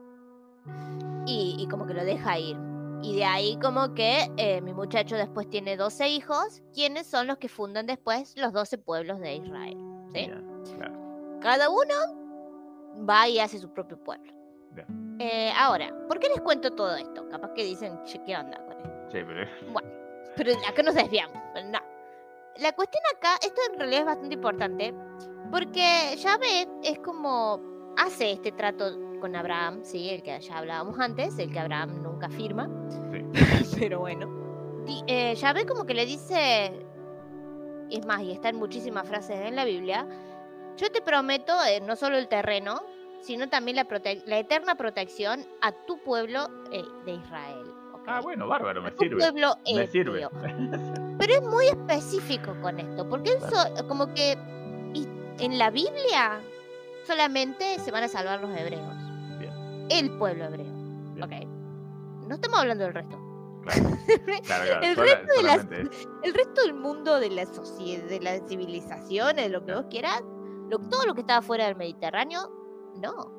Y, y como que lo deja ir. Y de ahí como que eh, mi muchacho después tiene doce hijos, quienes son los que fundan después los doce pueblos de Israel, ¿sí? Yeah, claro. Cada uno va y hace su propio pueblo. Yeah. Eh, ahora, ¿por qué les cuento todo esto? Capaz que dicen, che, ¿qué onda con esto? Sí, pero... Bueno, pero acá nos desviamos. No. La cuestión acá, esto en realidad es bastante importante, porque Yahvé es como, hace este trato con Abraham, sí, el que ya hablábamos antes, el que Abraham nunca firma. Sí. Pero bueno. Y, eh, Yahvé como que le dice, es más, y está en muchísimas frases en la Biblia, yo te prometo eh, no solo el terreno, sino también la, prote la eterna protección a tu pueblo eh, de Israel. ¿Okay? Ah, bueno, bárbaro, me a tu sirve. Pueblo me sirve. Pero es muy específico con esto, porque eso, como que en la Biblia solamente se van a salvar los hebreos. Bien. El pueblo hebreo. Bien. Ok. No estamos hablando del resto. Claro. Claro, claro. el, Sola, resto de la, el resto del mundo de la sociedad, de las civilizaciones, de lo que claro. vos quieras, lo, todo lo que estaba fuera del Mediterráneo, no.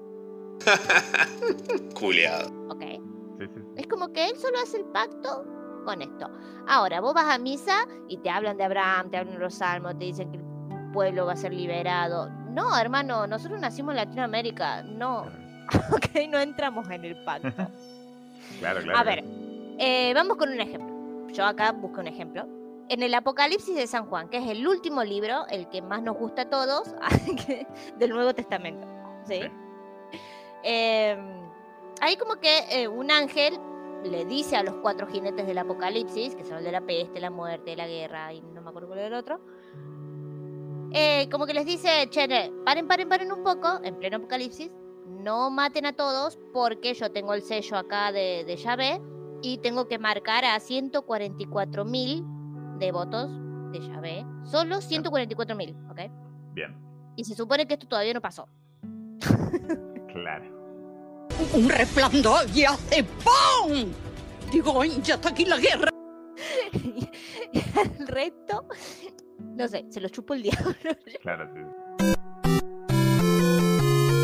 Culeado. Ok. Sí, sí. Es como que él solo hace el pacto con esto. Ahora, vos vas a misa y te hablan de Abraham, te hablan de los salmos, te dicen que el pueblo va a ser liberado. No, hermano, nosotros nacimos en Latinoamérica. No. Ok, no entramos en el pacto. Claro, claro. A ver, eh, vamos con un ejemplo. Yo acá busco un ejemplo. En el Apocalipsis de San Juan, que es el último libro, el que más nos gusta a todos, del Nuevo Testamento. ¿Sí? Sí. Eh, ahí como que eh, un ángel le dice a los cuatro jinetes del Apocalipsis, que son el de la peste, la muerte, la guerra, y no me acuerdo cuál era el otro, eh, como que les dice, che, paren, paren, paren un poco, en pleno Apocalipsis, no maten a todos, porque yo tengo el sello acá de, de Yahvé, y tengo que marcar a ciento cuarenta y cuatro mil devotos de Yahvé, solo ciento cuarenta y cuatro mil, ¿ok? Bien. Y se supone que esto todavía no pasó. Claro. Un resplandor y hace ¡pum! Digo, ya está aquí la guerra. Y el resto, no sé, se lo chupo el diablo. Claro, sí.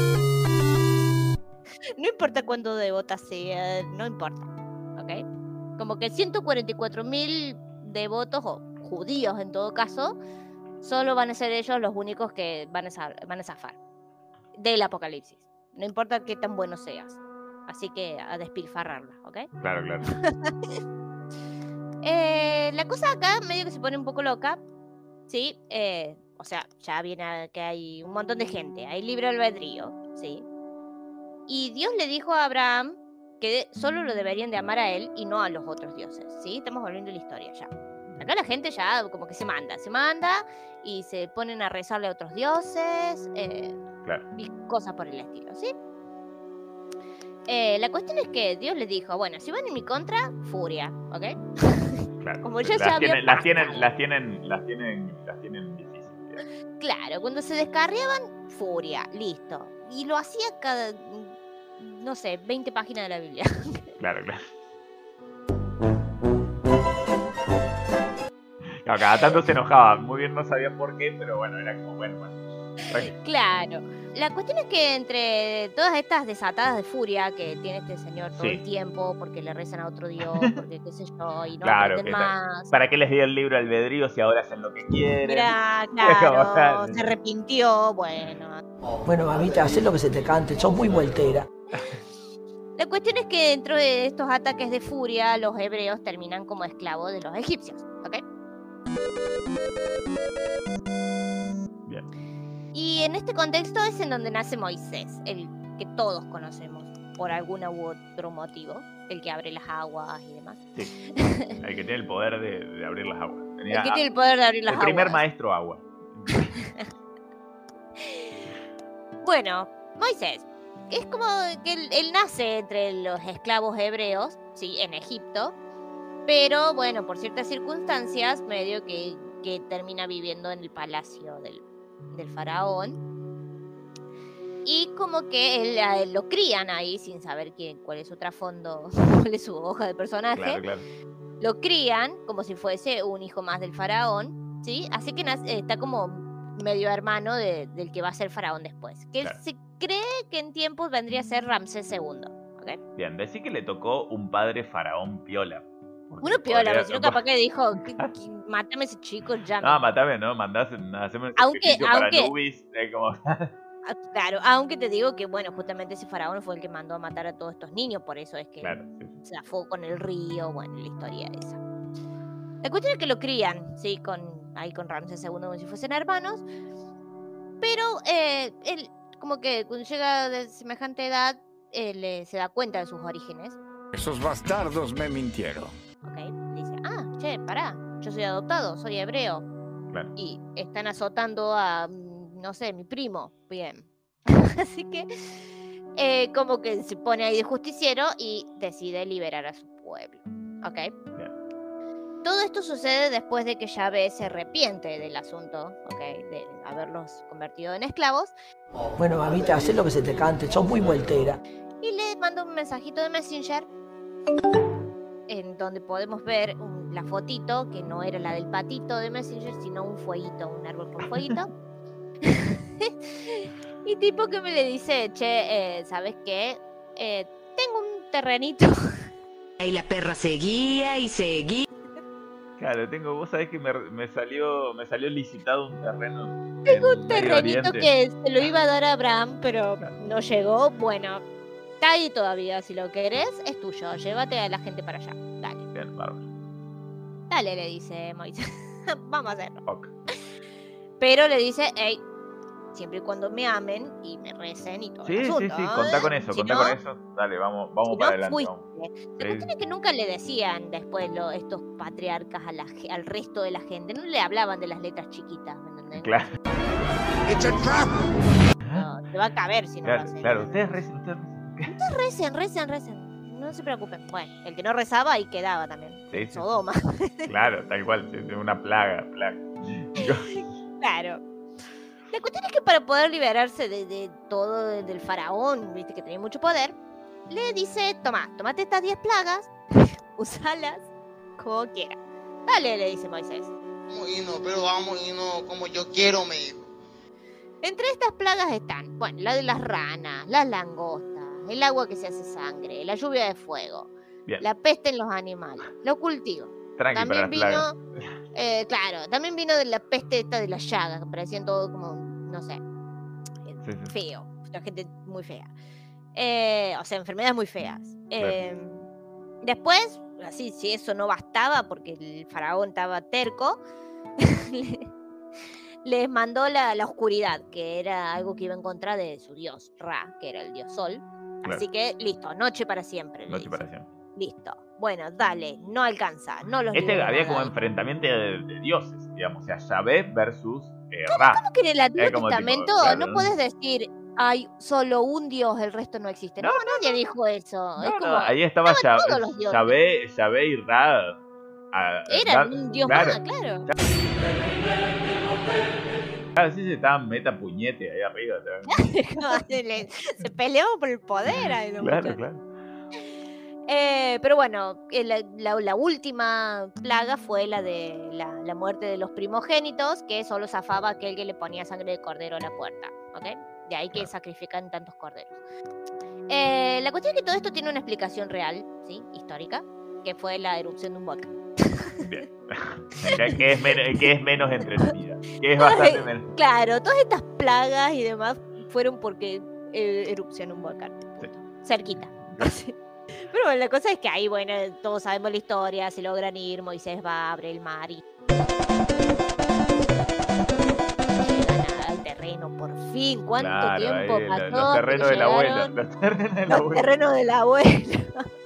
No importa cuánto devota sea, no importa, ¿ok? Como que ciento cuarenta y cuatro mil devotos, o judíos en todo caso, solo van a ser ellos los únicos que van a, van a zafar del apocalipsis. No importa qué tan bueno seas. Así que a despilfarrarla, ¿ok? Claro, claro. eh, la cosa acá medio que se pone un poco loca, ¿sí? Eh, o sea, ya viene que hay un montón de gente, hay libre albedrío, ¿sí? Y Dios le dijo a Abraham que solo lo deberían de amar a él y no a los otros dioses, ¿sí? Estamos volviendo a la historia ya. Acá la gente ya como que se manda, se manda y se ponen a rezarle a otros dioses eh, claro. y cosas por el estilo, ¿sí? Eh, la cuestión es que Dios les dijo, bueno, si van en mi contra, furia, ¿ok? Claro. Como ya las, se había tienen, las tienen, las tienen, las tienen, las tienen difíciles. Claro, cuando se descarriaban, furia, listo. Y lo hacía cada, no sé, veinte páginas de la Biblia. Claro, claro. No, cada tanto se enojaba, muy bien no sabía por qué, pero bueno, era como, bueno, bueno. Tranquilo. Claro. La cuestión es que entre todas estas desatadas de furia que tiene este señor todo Sí. el tiempo, porque le rezan a otro dios, porque qué sé yo, y no Claro, aprenden que más. ¿para qué les dio el libro albedrío si ahora hacen lo que quieren? Mira, Como, claro, se arrepintió, bueno. Bueno, mamita, hacé lo que se te cante, sos muy vueltera. La cuestión es que dentro de estos ataques de furia, los hebreos terminan como esclavos de los egipcios, ¿ok? Bien. Y en este contexto es en donde nace Moisés, el que todos conocemos por algún u otro motivo, el que abre las aguas y demás. Sí. El que tiene el poder de, de abrir las aguas. Tenía El que tiene el poder de abrir las el aguas. primer maestro agua. Bueno, Moisés, es como que él, él nace entre los esclavos hebreos, sí, en Egipto, pero bueno, por ciertas circunstancias, medio que, que termina viviendo en el palacio del, del faraón. Y como que él, a él lo crían ahí sin saber quién, cuál es su trasfondo, cuál es su hoja de personaje. Claro, claro. Lo crían como si fuese un hijo más del faraón, ¿sí? Así que nace, está como medio hermano de, del que va a ser faraón después. Que Claro. se cree que en tiempos vendría a ser Ramsés segundo. ¿Okay? Bien, decí que le tocó un padre faraón piola. Porque Uno piola, podría- pero si no capaz que dijo, "Que- que mátame a ese chico ya. No, me-". matame, ¿no? Mandás, haceme un Aunque- sacrificio aunque- para Nubis. eh, como... Ah, claro, aunque te digo que, bueno, justamente ese faraón fue el que mandó a matar a todos estos niños, por eso es que Claro, sí, sí. se zafó con el río, bueno, la historia esa. La cuestión es que lo crían, sí, con, ahí con Ramsés segundo como si fuesen hermanos, pero eh, él, como que cuando llega de semejante edad, él eh, se da cuenta de sus orígenes, Esos bastardos me mintieron. ¿ok? Dice, ah, che, pará, yo soy adoptado, soy hebreo, Claro. y están azotando a, mm, no sé, mi primo, bien. Así que, eh, como que se pone ahí de justiciero y decide liberar a su pueblo, ¿ok? Bien. Todo esto sucede después de que Yahvé se arrepiente del asunto, ¿ok? De haberlos convertido en esclavos, Bueno, mamita, hacé lo que se te cante, sos muy vueltera. y le manda un mensajito de Messenger en donde podemos ver un- la fotito, que no era la del patito de Messenger, sino un fueguito, un árbol con fueguito. Y tipo que me le dice, che, eh, ¿sabes qué? Eh, tengo un terrenito. Y la perra seguía y seguía. Claro, tengo, vos sabés que me, me salió me salió licitado un terreno. Tengo en un Medio terrenito Oriente. que se lo iba a dar a Abraham, pero no llegó. Bueno, está ahí todavía. Si lo querés, es tuyo. Llévate a la gente para allá. Dale. Bien, bárbaro. Dale, le dice Moisés. Vamos a hacerlo. Ok. Pero le dice, hey, siempre y cuando me amen y me recen y todo Sí, el sí, asunto. sí, ¿eh? contá con eso, Si contá no, con eso. Dale, vamos, vamos si para no, adelante. fuiste. Vamos. La cuestión es que nunca le decían después lo, estos patriarcas a la, ge- al resto de la gente. No le hablaban de las letras chiquitas, ¿me entendés? Claro, No, te va a caber si no lo claro, hacen. claro. Ustedes recen, ustedes recen. Ustedes recen, recen, recen. No se preocupen. Bueno, el que no rezaba ahí quedaba también. Sí, sí. Sodoma. Claro, tal cual, sí, sí, una plaga, plaga. Claro. La cuestión es que para poder liberarse de, de todo de- del faraón, viste que tenía mucho poder, le dice, toma, tomate estas diez plagas, usalas como quieras. Dale, le dice Moisés. Vamos a irnos, pero vamos a irnos como yo quiero, me dijo. Entre estas plagas están, bueno, la de las ranas, las langostas, el agua que se hace sangre, la lluvia de fuego, Bien. La peste en los animales. Lo cultivo. Tranqui También para las vino, eh, claro, también vino de la peste esta de las llagas, que parecían todo como, no sé, eh, Sí, sí. feo. La gente muy fea. Eh, o sea, enfermedades muy feas. Eh, después, así, si eso no bastaba, porque el faraón estaba terco, les mandó la, la oscuridad, que era algo que iba en contra de su dios, Ra, que era el dios sol. Claro. Así que, listo, noche para siempre. le Noche para dice. siempre. Listo. Bueno, dale, no alcanza, no los Este liberó había nada. como enfrentamiento de, de dioses, digamos. O sea, Yahvé versus eh, ¿Cómo, Ra. ¿Cómo que en el Antiguo Es como tipo, Testamento claro, no puedes decir hay solo un dios, el resto no existe? No, No, nadie dijo eso. No, es no, como, ahí estaba estaban Ya- todos los dioses. Yahvé, Yahvé y Ra. a- Eran dar- un dios claro. más, claro. Claro, sí, se estaban meta puñete ahí arriba. ¿sabes? se, le- se peleaban por el poder. ahí los Claro, muchachos. claro. Eh, pero bueno, eh, la, la- la última plaga fue la de la, la muerte de los primogénitos, que solo zafaba aquel que le ponía sangre de cordero a la puerta. ¿Ok? De ahí que Claro. sacrifican tantos corderos. Eh, la cuestión es que todo esto tiene una explicación real, ¿sí? Histórica, que fue la erupción de un volcán. Bien. que, que es men- que es menos entretenida. Que es bastante menos. Claro, todas estas plagas y demás fueron porque eh, erupcionó un volcán. Sí. Cerquita. Pero bueno, la cosa es que ahí, bueno, todos sabemos la historia, se logran ir, Moisés va, abre el mar y... llegan al terreno, por fin. ¿Cuánto Claro, tiempo ahí, pasó? lo- los terrenos que de la abuela. llegaron? Los terrenos de la Los abuela. terrenos de la abuela.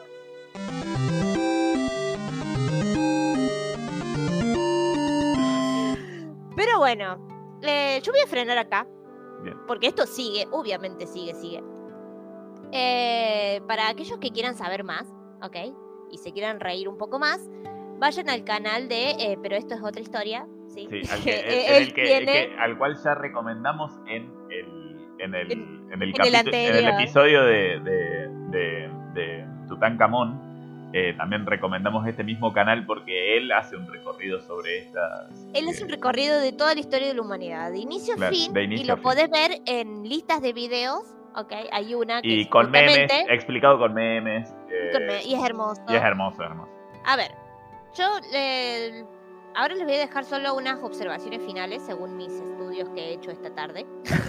Pero bueno, eh, yo voy a frenar acá. Bien. Porque esto sigue, obviamente sigue, sigue. Eh, para aquellos que quieran saber más, ¿ok? Y se quieran reír un poco más, vayan al canal de eh, Pero esto es otra historia, ¿sí? Sí, al, que, Eh, en él el que, tiene- que- al cual ya recomendamos en el, en el, En- en el, en capitu- el anterior. en el episodio de, de, de, de Tutankamón. Eh, también recomendamos este mismo canal porque él hace un recorrido sobre estas. Él hace un recorrido de toda la historia de la humanidad, de inicio a Claro, fin, de inicio y lo a fin. podés ver en listas de videos, ¿ok? Hay una que Y es con memes, justamente- explicado con memes. eh, con me- y es hermoso. y es hermoso, hermoso. A ver, yo eh, ahora les voy a dejar solo unas observaciones finales según mis estudios que he hecho esta tarde.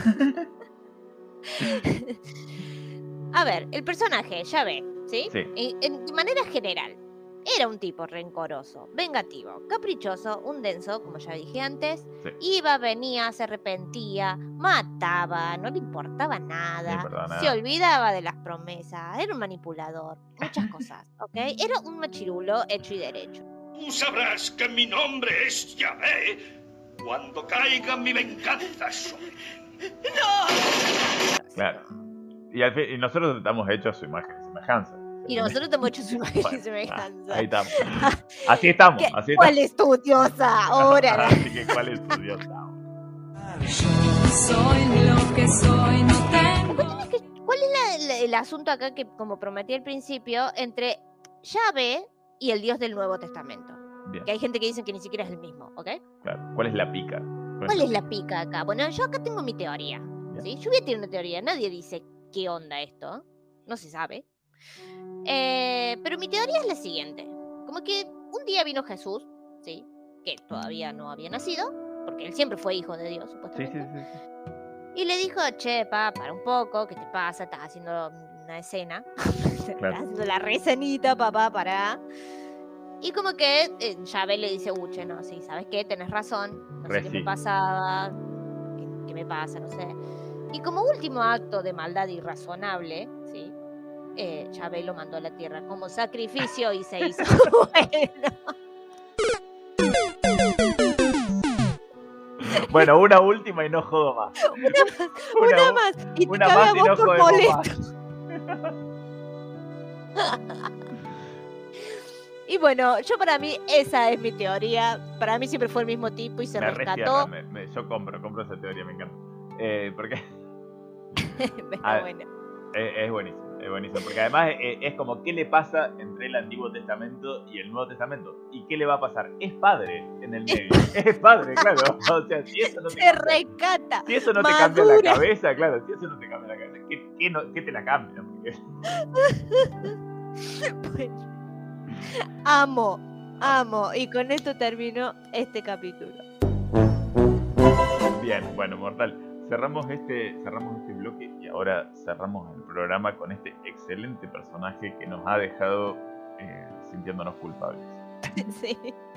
A ver, el personaje, ya ve, ¿sí? Sí. En, en- de manera general, era un tipo rencoroso, vengativo, caprichoso, un denso, como ya dije antes. Sí. Iba, venía, se arrepentía, mataba, no le importaba nada, No le importaba nada. se olvidaba de las promesas, era un manipulador, muchas cosas, ¿ok? Era un machirulo hecho y derecho. Tú sabrás que mi nombre es Yahvé cuando caiga mi venganza sobre ti. Claro. Y, al fin- y nosotros estamos hechos a su imagen y semejanza. Y nosotros te hemos hecho su imagen y Bueno, semejanza. Ahí estamos. Así estamos. ¿Qué- Así ¿Cuál estamos. es tu diosa ahora? Así que, ¿cuál es tu Dios? Soy lo que soy, no tengo. ¿Cuál es la- la- el asunto acá que, como prometí al principio, entre Yahvé y el Dios del Nuevo Testamento? Bien, Que hay gente que dice que ni siquiera es el mismo, ¿ok? claro. ¿Cuál es la pica? ¿Cuál es la pica acá? Bueno, yo acá tengo mi teoría, ¿sí? Yo voy a tener una teoría, nadie dice qué onda esto, no se sabe. Eh, pero mi teoría es la siguiente, como que un día vino Jesús, ¿sí? Que todavía no había nacido, porque él siempre fue hijo de Dios, Sí, supuestamente. sí, sí. Y le dijo, che, pa, para un poco, ¿qué te pasa? Estás haciendo una escena. Estás haciendo la recenita, papá, para. Y como que eh, Yahvé le dice, uche, no, sí, ¿sabes qué? Tenés razón. No Re sé qué sí. me pasaba. ¿Qué, qué me pasa? No sé. Y como último acto de maldad irrazonable, ¿sí? Eh, Yahvé lo mandó a la tierra como sacrificio y se hizo bueno. Bueno, una última y no jodo más. Una más, una, más. Y te una cabe más a y vos no por jodemos molesto. Y bueno, yo para mí, esa es mi teoría. Para mí siempre fue el mismo tipo y se Me rescató. recierra, me- me- yo compro, compro esa teoría, me encanta. Eh, porque Está Ah, bueno. es, es buenísimo, es buenísimo. Porque además eh, es como, ¿qué le pasa entre el Antiguo Testamento y el Nuevo Testamento? ¿Y qué le va a pasar? Es padre en el medio. Es padre, claro. O sea, si eso no te Se cambia, rescata. si eso no te cambia la madura. cabeza, claro, si eso no te cambia la cabeza, ¿qué, qué, no- qué te la cambia? Porque- Bueno, Amo, amo. Y con esto termino este capítulo. Bien, bueno, Mortal. Cerramos este, cerramos este bloque y ahora cerramos el programa con este excelente personaje que nos ha dejado eh, sintiéndonos culpables. Sí.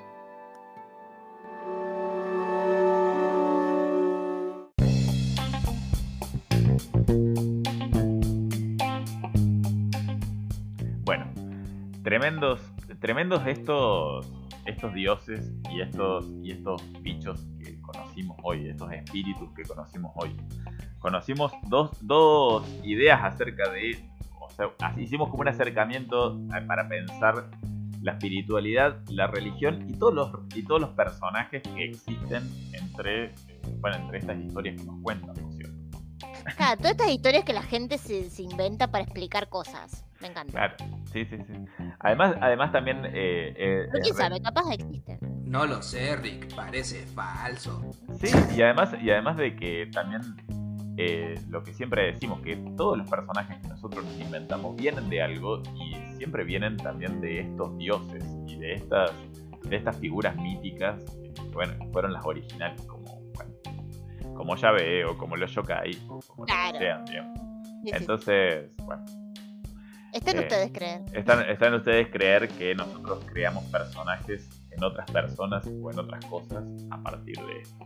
Bueno, tremendos, tremendos estos, estos dioses y estos, y estos bichos que conocimos hoy, estos espíritus que conocimos hoy. Conocimos dos, dos ideas acerca de, o sea, hicimos como un acercamiento para pensar la espiritualidad, la religión y todos los, y todos los personajes que existen entre, bueno, entre estas historias que nos cuentan, ¿no es cierto? Claro, todas estas historias que la gente se, se inventa para explicar cosas. Me encanta. Claro, sí, sí, sí. Además, además también... Eh, eh, ¿Pero quién sabe? Capaz existen. No lo sé, Rick. Parece falso. Sí, y además, y además de que también... Eh, lo que siempre decimos, que todos los personajes que nosotros nos inventamos vienen de algo y siempre vienen también de estos dioses y de estas, de estas figuras míticas que, bueno, fueron las originales, como, bueno, como Yahvé o como los yokai, o como claro. sean, digamos. Sí, Entonces, sí. bueno. Están eh, ustedes creer. Están, están ustedes creer que nosotros creamos personajes en otras personas o en otras cosas a partir de estos.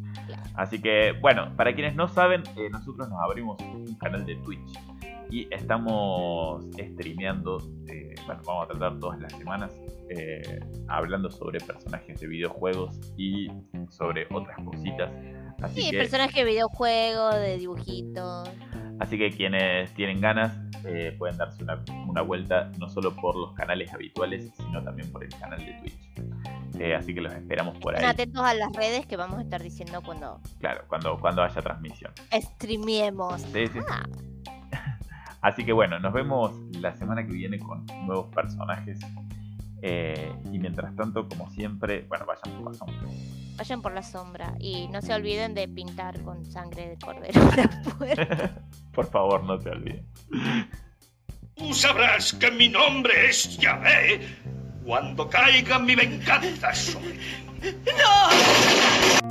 Así que, bueno, para quienes no saben, eh, nosotros nos abrimos un canal de Twitch y estamos streameando, eh, bueno, vamos a tratar todas las semanas, eh, hablando sobre personajes de videojuegos y sobre otras cositas. Así sí, que, personajes de videojuegos, de dibujitos. Así que quienes tienen ganas eh, pueden darse una, una vuelta no solo por los canales habituales, sino también por el canal de Twitch. Eh, así que los esperamos por ahí. Estén atentos a las redes que vamos a estar diciendo cuando... Claro, cuando, cuando haya transmisión. Streamiemos. Sí, sí, ah. sí. Así que bueno, nos vemos la semana que viene con nuevos personajes. Eh, y mientras tanto, como siempre, bueno, vayan por la sombra. Vayan por la sombra. Y no se olviden de pintar con sangre de cordero la puerta. Por favor, no se olviden. Tú sabrás que mi nombre es Yahvé cuando caiga mi venganza sobre ti. ¡No!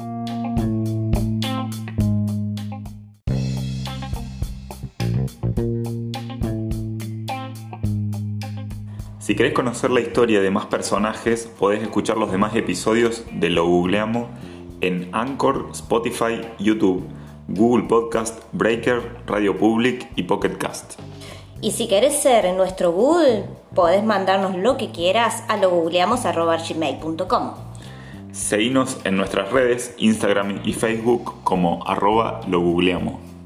Si querés conocer la historia de más personajes, podés escuchar los demás episodios de Lo Googleamos en Anchor, Spotify, YouTube, Google Podcast, Breaker, Radio Public y Pocket Cast. Y si querés ser nuestro Google, podés mandarnos lo que quieras a logoogleamos arroba gmail punto com. Seguinos en nuestras redes, Instagram y Facebook como arroba logoogleamos.